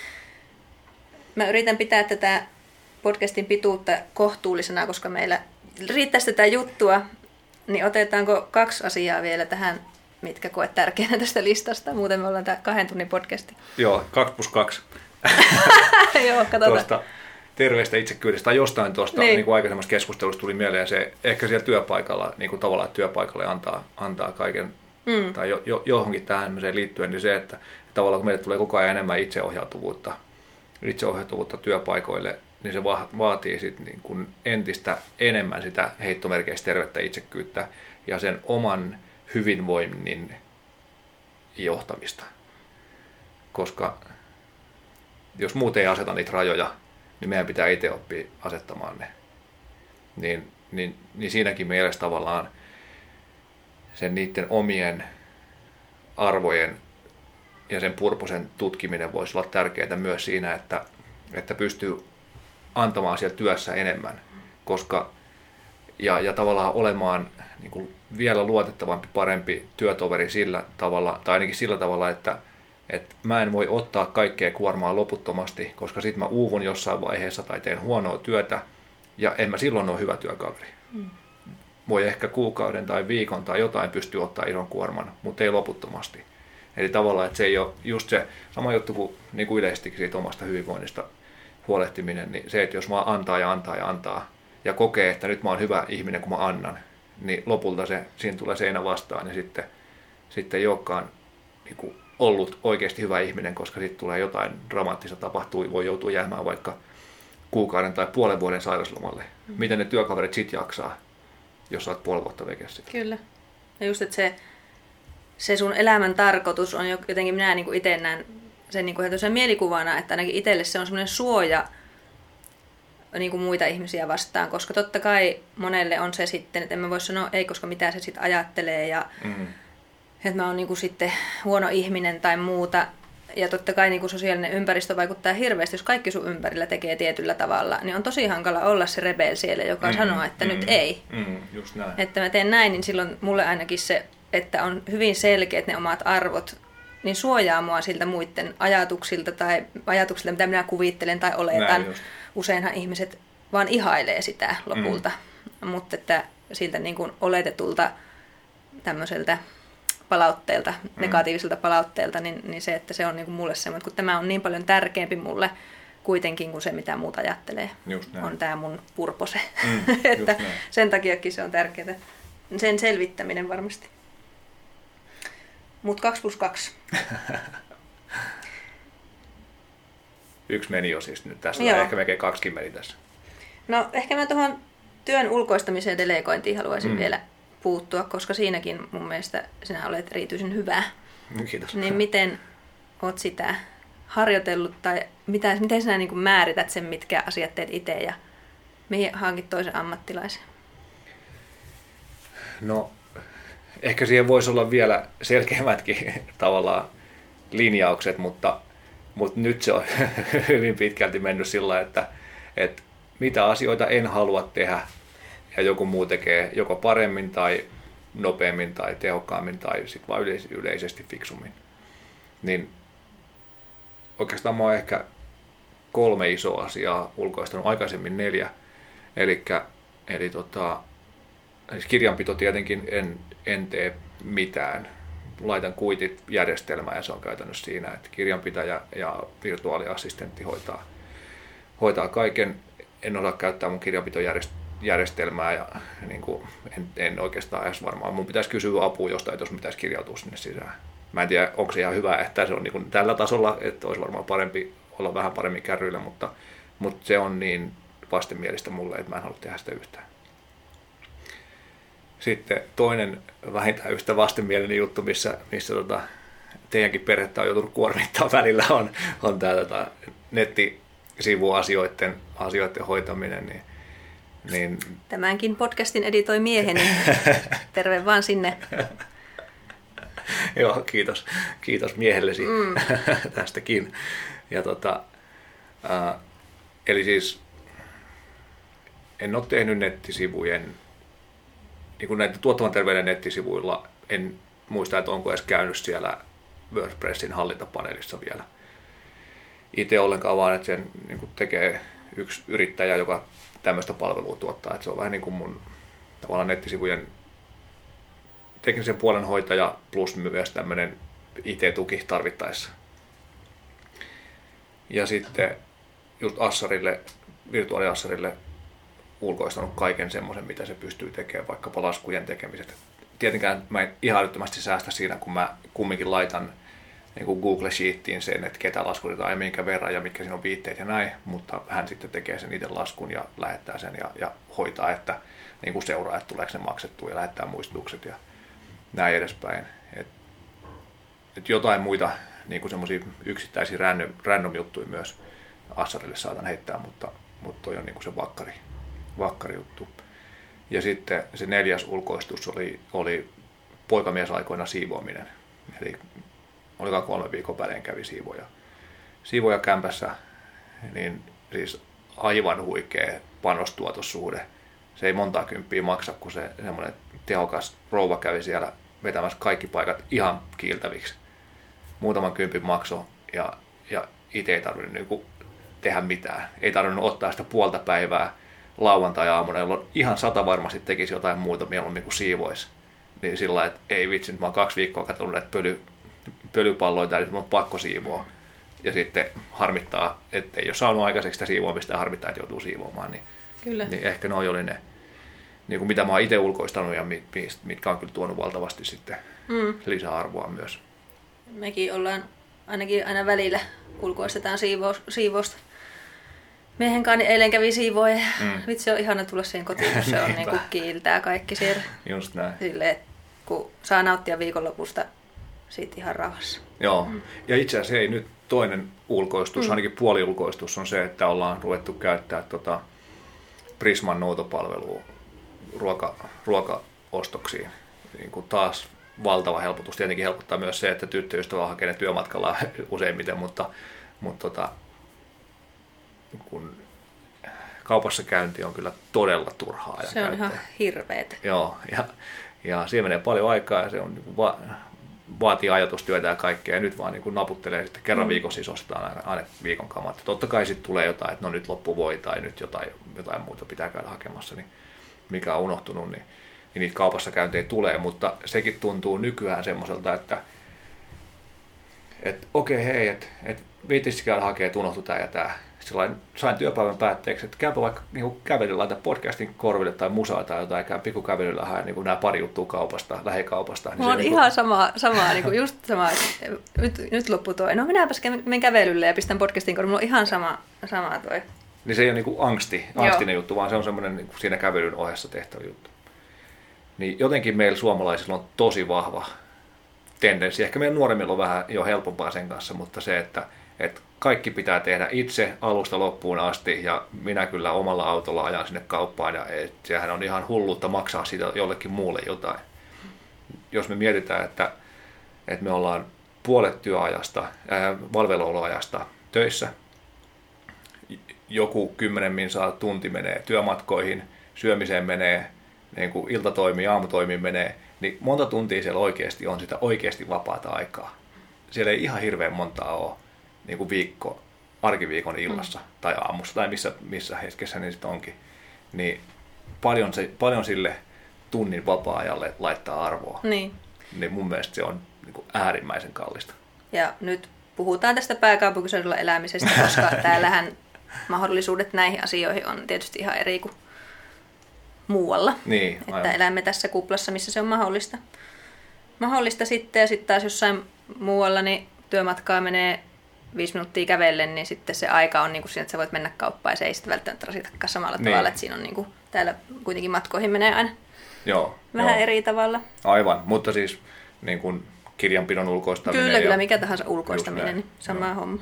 Mä yritän pitää tätä podcastin pituutta kohtuullisena, koska meillä riittäisi tätä juttua, niin otetaanko 2 asiaa vielä tähän, mitkä koet tärkeänä tästä listasta? Muuten me ollaan tämä 2 tunnin podcasti. Joo, 2+2. Joo, katsotaan. Tuosta terveestä itsekyydestä tai jostain tuosta niin kuin aikaisemmassa keskustelussa tuli mieleen se, ehkä siellä työpaikalla, niin kuin tavallaan työpaikalle antaa kaiken, tai johonkin tähän liittyen, niin se, että tavallaan kun meille tulee koko ajan enemmän itseohjautuvuutta työpaikoille, niin se vaatii sit niin kuin entistä enemmän sitä heittomerkeistä tervettä itsekkyyttä ja sen oman hyvinvoinnin johtamista. Koska jos muut ei aseta niitä rajoja, niin meidän pitää itse oppia asettamaan ne. Niin siinäkin mielessä tavallaan sen niiden omien arvojen ja sen purposen tutkiminen voisi olla tärkeää myös siinä, että pystyy antamaan siellä työssä enemmän, koska ja tavallaan olemaan niin kuin vielä luotettavampi, parempi työtoveri sillä tavalla, tai ainakin sillä tavalla, että mä en voi ottaa kaikkea kuormaa loputtomasti, koska sitten mä uuvun jossain vaiheessa tai teen huonoa työtä, ja en mä silloin ole hyvä työkaveri. Voi ehkä kuukauden tai viikon tai jotain pystyy ottaa ison kuorman, mutta ei loputtomasti. Eli tavallaan, että se ei ole just se sama juttu kuin, niin kuin yleisestikin siitä omasta hyvinvoinnista huolehtiminen, niin se, että jos mä antaa ja kokee, että nyt mä oon hyvä ihminen, kun mä annan, niin lopulta siinä tulee seinä vastaan ja sitten ei olekaan niin kuin ollut oikeasti hyvä ihminen, koska sitten tulee jotain dramaattista tapahtuu, voi joutua jäämään vaikka kuukauden tai puolen vuoden sairaslomalle. Miten ne työkaverit sit jaksaa, jos sä oot puoli vuotta vekessä? Kyllä. Ja just, että se sun elämän tarkoitus on jotenkin, minä niin kuin itse näen sen niin kuin mielikuvana, että ainakin itselle se on semmoinen suoja niin kuin muita ihmisiä vastaan, koska totta kai monelle on se sitten, että en mä voi sanoa ei, koska mitä se sitten ajattelee ja että mä oon niin kuin sitten huono ihminen tai muuta. Ja totta kai niin kuin sosiaalinen ympäristö vaikuttaa hirveästi, jos kaikki sun ympärillä tekee tietyllä tavalla, niin on tosi hankala olla se rebel siellä, joka sanoo, että nyt ei. Just näin. Että mä teen näin, niin silloin mulle ainakin se, että on hyvin selkeät ne omat arvot niin suojaa mua siltä muiden ajatuksilta tai ajatuksilta, mitä minä kuvittelen tai oletan. Useinhan ihmiset vaan ihailee sitä lopulta, mutta että siltä niin kuin oletetulta tämmöiseltä palautteelta, negatiiviselta palautteelta, niin se, että se on niin kuin mulle semmoinen, kun tämä on niin paljon tärkeämpi mulle kuitenkin kuin se, mitä muut ajattelee, on tämä mun purpose. Että sen takiakin se on tärkeää. Sen selvittäminen varmasti. Mut 2+2. Yksi meni jo siis nyt tässä, ja ehkä melkein 2 meni tässä. No ehkä mä tuohon työn ulkoistamiseen ja delegointiin haluaisin vielä puuttua, koska siinäkin mun mielestä sinä olet erityisen hyvä. Kiitos. Niin miten oot sitä harjoitellut tai miten sinä niin kuin määrität sen, mitkä asiat teet itse ja mihin hankit toisen ammattilaisen? No ehkä siihen voisi olla vielä selkeämmätkin tavallaan linjaukset, mutta nyt se on hyvin pitkälti mennyt sillä, että mitä asioita en halua tehdä ja joku muu tekee joko paremmin tai nopeammin tai tehokkaammin tai sitten vaan yleisesti fiksummin. Niin oikeastaan mä oon ehkä 3 isoa asiaa ulkoistanut, aikaisemmin 4. Eli siis kirjanpito tietenkin en tee mitään. Laitan kuitit järjestelmään ja se on käytännössä siinä, että kirjanpitäjä ja virtuaaliassistentti hoitaa kaiken. En osaa käyttää mun kirjanpitojärjestelmää ja niin kuin en oikeastaan edes varmaan. Mun pitäisi kysyä apua jostain, jos pitäisi kirjautua sinne sisään. Mä en tiedä, onko se ihan hyvä, että se on niin kuin tällä tasolla, että olisi varmaan parempi olla vähän paremmin kärryillä, mutta se on niin vastenmielistä mulle, että mä en halua tehdä sitä yhtään. Sitten toinen vähintään yhtä vastenmielinen juttu, missä teidänkin perhettä on joutunut kuormittaa välillä, on tämä nettisivuasioiden hoitaminen. Niin... Tämänkin podcastin editoi mieheni. Terve vaan sinne. Joo, kiitos miehellesi tästäkin. Ja eli siis en ole tehnyt nettisivujen, niin kuin näitä tuottavan terveyden nettisivuilla, en muista, että onko edes käynyt siellä WordPressin hallintapaneelissa vielä itse ollenkaan, vaan että sen niin kuin tekee yksi yrittäjä, joka tämmöistä palvelua tuottaa. Että se on vähän niin kuin mun tavallaan nettisivujen teknisen puolen hoitaja plus myös tämmöinen IT-tuki tarvittaessa. Ja sitten just virtuaaliassarille ulkoistanut kaiken semmoisen, mitä se pystyy tekemään, vaikkapa laskujen tekemiset. Tietenkään mä en ihan älyttömästi säästä siinä, kun mä kumminkin laitan niin kuin Google Sheetiin sen, että ketä laskutetaan ja minkä verran ja mitkä siinä on viitteet ja näin, mutta hän sitten tekee sen itse laskun ja lähettää sen ja hoitaa, että niin kuin seuraa, että tuleeko ne maksettua ja lähettää muistutukset ja näin edespäin. Et jotain muita niin kuin semmoisia yksittäisiä random juttuja myös Assarille saatan heittää, mutta toi on niin kuin se vakkari juttu. Ja sitten se 4. ulkoistus oli poikamiesaikoina siivoaminen. Eli olikaan 3 viikon välein kävi siivoja kämpässä, niin siis aivan huikea panostuotossuhde. Se ei montaa kymppiä maksa, kun se semmoinen tehokas rouva kävi siellä vetämässä kaikki paikat ihan kiiltäviksi. Muutaman kympin makso ja itse ei tarvinnut niinku tehdä mitään. Ei tarvinnut ottaa sitä puolta päivää lauantai-aamuna, jolloin ihan 100 varmasti tekisi jotain muuta mieluummin kuin siivoisi. Niin sillä lailla, että ei vitsi, nyt mä oon 2 viikkoa katsonut näitä pölypalloita, eli mä oon pakko siivoa. Ja sitten harmittaa, että ei ole saanut aikaiseksi sitä siivoamista ja harmittaa, että joutuu siivoamaan. Niin ehkä noi oli ne, niin kuin mitä mä oon itse ulkoistanut ja mitkä on kyllä tuonut valtavasti sitten lisäarvoa myös. Mekin ollaan ainakin aina välillä ulkoistetaan siivousta. Miehen kanssa eilen kävi siivoa ja vitsi on ihana tulla siihen kotiin, kun se on niin kuin kiiltää kaikki siellä. Just näin. Silleen, kun saa nauttia viikonlopusta siitä ihan rauhassa. Joo, ja itse asiassa nyt toinen ulkoistus, ainakin puoliulkoistus on se, että ollaan ruvettu käyttää Prisman noutopalvelua ruokaostoksiin. Niin kuin taas valtava helpotus. Tietenkin helpottaa myös se, että tyttöystävä hakee ne työmatkalla useimmiten, mutta kun kaupassa käynti on kyllä todella turhaa. Se on ihan hirveetä. Joo, ja siihen menee paljon aikaa ja se on vaatii ajatustyötä ja kaikkea, ja nyt vaan niin kuin naputtelee sitten kerran viikossa siis ostetaan aina viikon kamat. Totta kai sitten tulee jotain, että no nyt loppu voi tai nyt jotain muuta pitää käydä hakemassa, niin mikä on unohtunut, niin niitä kaupassa käyntejä tulee, mutta sekin tuntuu nykyään semmoiselta, että okei, hei, että viittisikö käydä hakea, että unohtui tämä ja tämä. Sillain sain työpäivän päätteeksi, että käypä vaikka niin kävelyllä, laita podcastin korville tai musaa tai jotain, käy pikkukävelyllä hae niin nämä pari juttua kaupasta, lähikaupasta. Niin mulla on ihan sama niin kuin just sama, että nyt loppu toi. No minäpäs menen kävelylle ja pistän podcastin korville, mulla on ihan sama toi. Niin se ei ole niin kuin angstinen juttu, vaan se on semmoinen niin kuin siinä kävelyn ohessa tehtävä juttu. Niin jotenkin meillä suomalaisilla on tosi vahva tendenssi. Ehkä meidän nuoremmilla on vähän jo helpompaa sen kanssa, mutta se, että kaikki pitää tehdä itse alusta loppuun asti ja minä kyllä omalla autolla ajan sinne kauppaan ja sehän on ihan hulluutta maksaa siitä jollekin muulle jotain. Jos me mietitään, että me ollaan puolet työajasta, valveluoloajasta töissä, joku 10 minsaa tunti menee työmatkoihin, syömiseen menee, niin kuin iltatoimiin, aamutoimiin menee, niin monta tuntia siellä oikeasti on sitä oikeasti vapaata aikaa. Siellä ei ihan hirveän montaa ole niin kuin arkiviikon illassa tai aamussa tai missä hetkessä niin sitten onkin. Niin paljon sille tunnin vapaa-ajalle laittaa arvoa. Niin mun mielestä se on niin kuin äärimmäisen kallista. Ja nyt puhutaan tästä pääkaupunkiseudulla elämisestä, koska täällähän mahdollisuudet näihin asioihin on tietysti ihan eri kuin muualla. Niin, että elämme tässä kuplassa, missä se on mahdollista sitten. Ja sitten taas jossain muualla niin työmatkaa menee 5 minuuttia kävellen, niin sitten se aika on niin kuin siinä, että sä voit mennä kauppaan ja se ei sitten välttämättä rasitakaan samalla tavalla. Että siinä on niin kuin, täällä kuitenkin matkoihin menee aina vähän eri tavalla. Aivan, mutta siis niin kuin kirjanpidon ulkoistaminen. Kyllä, mikä tahansa ulkoistaminen, niin sama homma.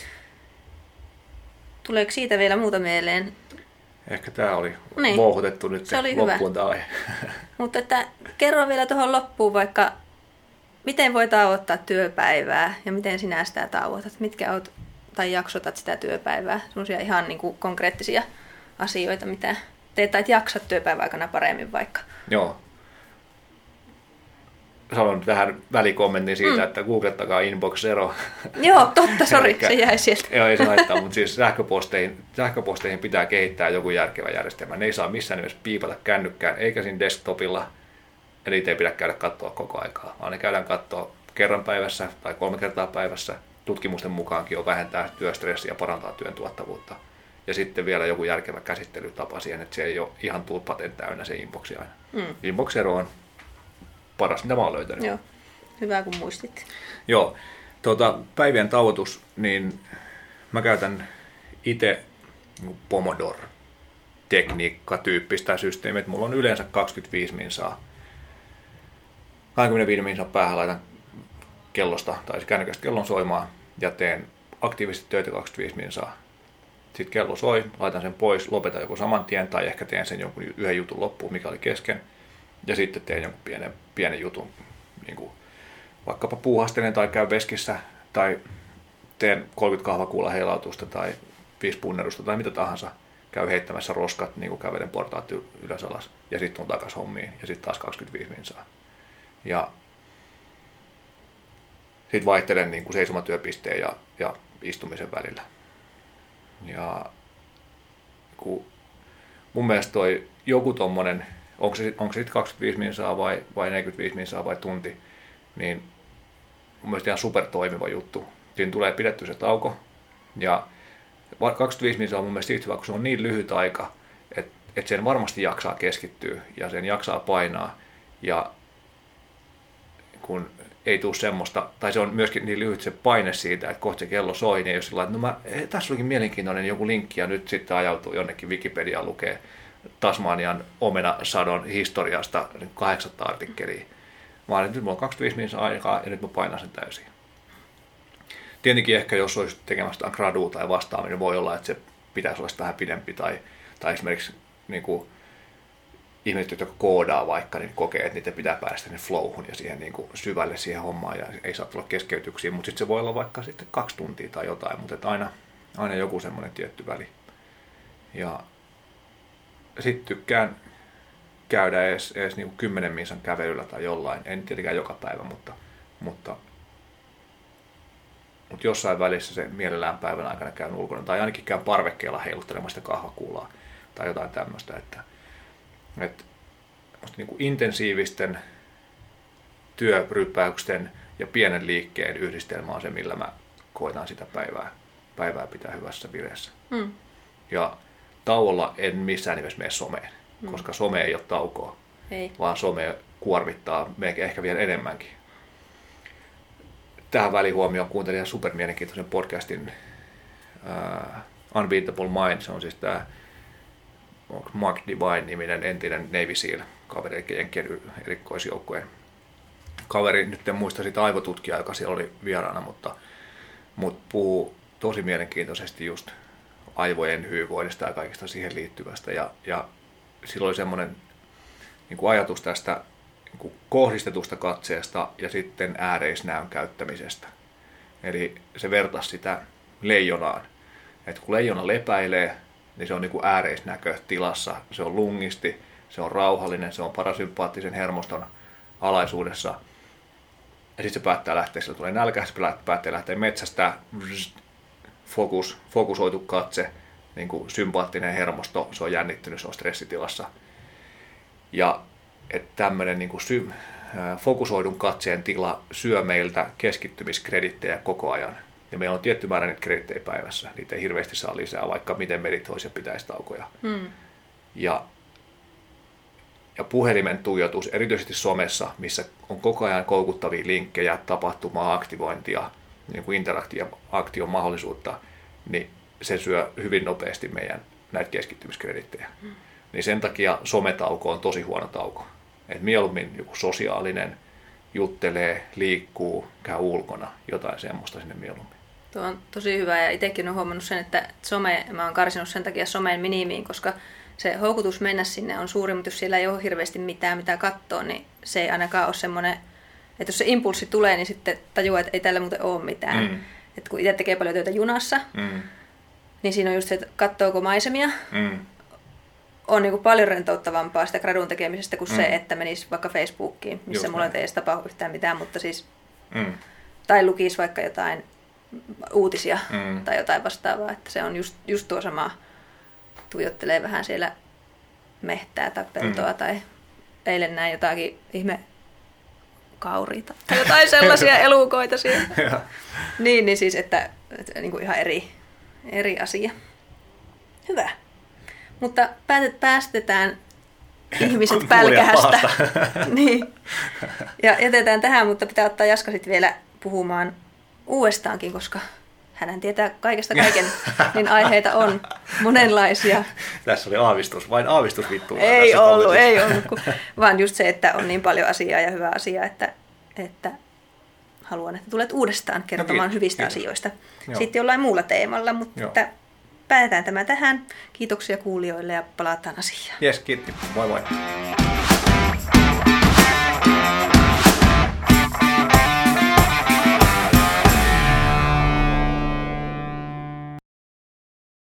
Tuleeko siitä vielä muuta mieleen? Ehkä tämä oli vouhutettu nyt se oli loppuun tämä aihe. Mutta että kerro vielä tuohon loppuun vaikka, miten voi tauottaa työpäivää ja miten sinä sitä tauotat? Mitkä olet tai jaksotat sitä työpäivää? Sellaisia ihan niin kuin konkreettisia asioita, mitä teet tai jaksat työpäivän aikana paremmin vaikka. Joo. Sanon tähän välikommentin siitä, että googlettakaa Inbox Zero. Joo, totta, sori, se jäi sieltä. Joo, ei se haittaa, mutta siis sähköposteihin pitää kehittää joku järkevä järjestelmä. Ne ei saa missään nimessä piipata kännykkään, eikä siinä desktopilla. Eli niitä ei pidä käydä katsoa koko aikaa, vaan ne käydään katsoa kerran päivässä tai 3 kertaa päivässä. Tutkimusten mukaankin on vähentää työstressiä ja parantaa työn tuottavuutta. Ja sitten vielä joku järkevä käsittelytapa siihen, että se ei ole ihan tulppaten täynnä se inboxi aina. Inbox Zero on paras, mitä mä oon löytänyt. Joo, hyvä kun muistit. Joo, päivien tauotus, niin mä käytän itse Pomodoro-tekniikka-tyyppistä systeemiä. Mulla on yleensä 25 minsaa. 25 minsan päähän laitan kellosta tai kännykästä kellon soimaan ja teen aktiivisesti töitä 25 minsaa. Sitten kello soi, laitan sen pois, lopetan joku saman tien tai ehkä teen sen jonkun yhden jutun loppuun, mikä oli kesken. Ja sitten teen jonkun pienen jutun, niin kuin vaikkapa puuhastelen tai käyn veskissä tai teen 30 kahvakuulla heilautusta tai 5 punnerusta tai mitä tahansa. Käy heittämässä roskat, niin kuin kävelen portaat ylös alas ja sitten tuun takas hommiin ja sitten taas 25 minsaa. Ja sitten vaihtelen niin kuin seisomatyöpisteen ja istumisen välillä. Ja kun mun mielestä toi joku tommonen, onko se sitten 25 minsaa vai 45 minsaa vai tunti, niin mun mielestä ihan super toimiva juttu. Siinä tulee pidetty se tauko ja 25 minsaa on mun mielestä siitä hyvä, kun se on niin lyhyt aika, että sen varmasti jaksaa keskittyä ja sen jaksaa painaa ja kun ei tule semmoista, tai se on myöskin niin lyhyt se paine siitä, että kohta se kello soi, niin jos sillä tässä olikin mielenkiintoinen joku linkki ja nyt sitten ajautuu jonnekin Wikipediaan lukee Tasmanian omenasadon historiasta 8 artikkelia. Vaan nyt mulla on 25 minsaa aikaa ja nyt mä painan sen täysin. Tietenkin ehkä jos olisi tekemästä gradua tai vastaaminen, niin voi olla, että se pitäisi olla vähän pidempi tai esimerkiksi niin kuin ihmiset, jotka koodaa vaikka, niin kokee, että niitä pitää päästä sinne flowhun ja siihen niin kuin syvälle siihen hommaan ja ei saa tulla keskeytyksiä, mutta sitten se voi olla vaikka sitten 2 tuntia tai jotain, mutta aina joku semmoinen tietty väli. Ja sitten tykkään käydä edes niin kuin 10 minsan kävelyllä tai jollain, en tietenkään joka päivä, mutta Mutta jossain välissä se mielellään päivän aikana käyn ulkona, tai ainakin käyn parvekkeella heiluttelemassa sitä kahvakuulaa, tai jotain tämmöistä, että niin kuin intensiivisten työryppäyksen ja pienen liikkeen yhdistelmä on se, millä mä koitan sitä päivää pitää hyvässä vireessä. Ja tauolla en missään nimessä mene someen, koska some ei ole taukoa, vaan some kuormittaa ehkä vielä enemmänkin. Tähän välihuomioon kuuntelin ihan supermielenkiintoisen podcastin Unbeatable Mind. Se on siis tämä Mark Divine-niminen entinen Navy SEAL-kaveri, Jenkkien erikoisjoukkojen kaveri. Nyt en muista sitä aivotutkijaa, joka siellä oli vieraana, mutta puhuu tosi mielenkiintoisesti just aivojen hyvinvoinnista ja kaikista siihen liittyvästä. Ja sillä oli semmoinen niin kuin ajatus tästä niin kuin kohdistetusta katseesta ja sitten ääreisnäön käyttämisestä. Eli se vertasi sitä leijonaan. Että kun leijona lepäilee, niin se on niin kuin ääreisnäkötilassa. Se on lungisti, se on rauhallinen, se on parasympaattisen hermoston alaisuudessa. Ja sitten se päättää lähteä, sillä tulee nälkä, se päättää lähteä metsästä, fokusoitu katse, niin kuin sympaattinen hermosto, se on jännittynyt, se on stressitilassa. Ja että tämmöinen niin kuin fokusoidun katseen tila syö meiltä keskittymiskredittejä koko ajan. Ja meillä on tietty määrä niitä kredittejä päivässä. Niitä ei hirveästi saa lisää, vaikka miten meditoisi ja pitäisi taukoja. Ja puhelimen tuijotus, erityisesti somessa, missä on koko ajan koukuttavia linkkejä, tapahtumaa, aktivointia, niin kuin interaktion mahdollisuutta, niin se syö hyvin nopeasti meidän näitä keskittymiskredittejä. Niin sen takia sometauko on tosi huono tauko. Et mieluummin joku sosiaalinen, juttelee, liikkuu, käy ulkona, jotain semmoista sinne mieluummin. Tuo on tosi hyvä ja itsekin olen huomannut sen, että mä oon karsinut sen takia someen minimiin, koska se houkutus mennä sinne on suuri, mutta jos siellä ei ole hirveästi mitään mitä katsoa, niin se ei ainakaan ole semmoinen, että jos se impulssi tulee, niin sitten tajuaa, että ei tällä muuten ole mitään. Että kun itse tekee paljon työtä junassa, niin siinä on just se, että katsoako maisemia, on niin kuin paljon rentouttavampaa sitä gradun tekemisestä kuin se, että menisi vaikka Facebookiin, missä just mulla ei edes tapahdu yhtään mitään, mutta siis, tai lukisi vaikka jotain uutisia tai jotain vastaavaa, että se on just tuo sama, tuijottelee vähän siellä mehtää tai peltoa tai eilen näin jotakin ihme kauriita tai jotain sellaisia elukoita siellä. niin siis, että niin kuin ihan eri asia. Hyvä. Mutta päästetään ihmiset pälkähästä. Niin. Ja jätetään tähän, mutta pitää ottaa Jaska sitten vielä puhumaan uudestaankin, koska hänhän tietää kaikesta kaiken, niin aiheita on monenlaisia. Tässä oli vain aavistus vittua. Ei ollut, vaan just se, että on niin paljon asiaa ja hyvää asiaa, että haluan, että tulet uudestaan kertomaan hyvistä asioista. Sitten jollain muulla teemalla, mutta päätetään tämä tähän. Kiitoksia kuulijoille ja palataan asiaan. Jes, kiitos. Moi moi.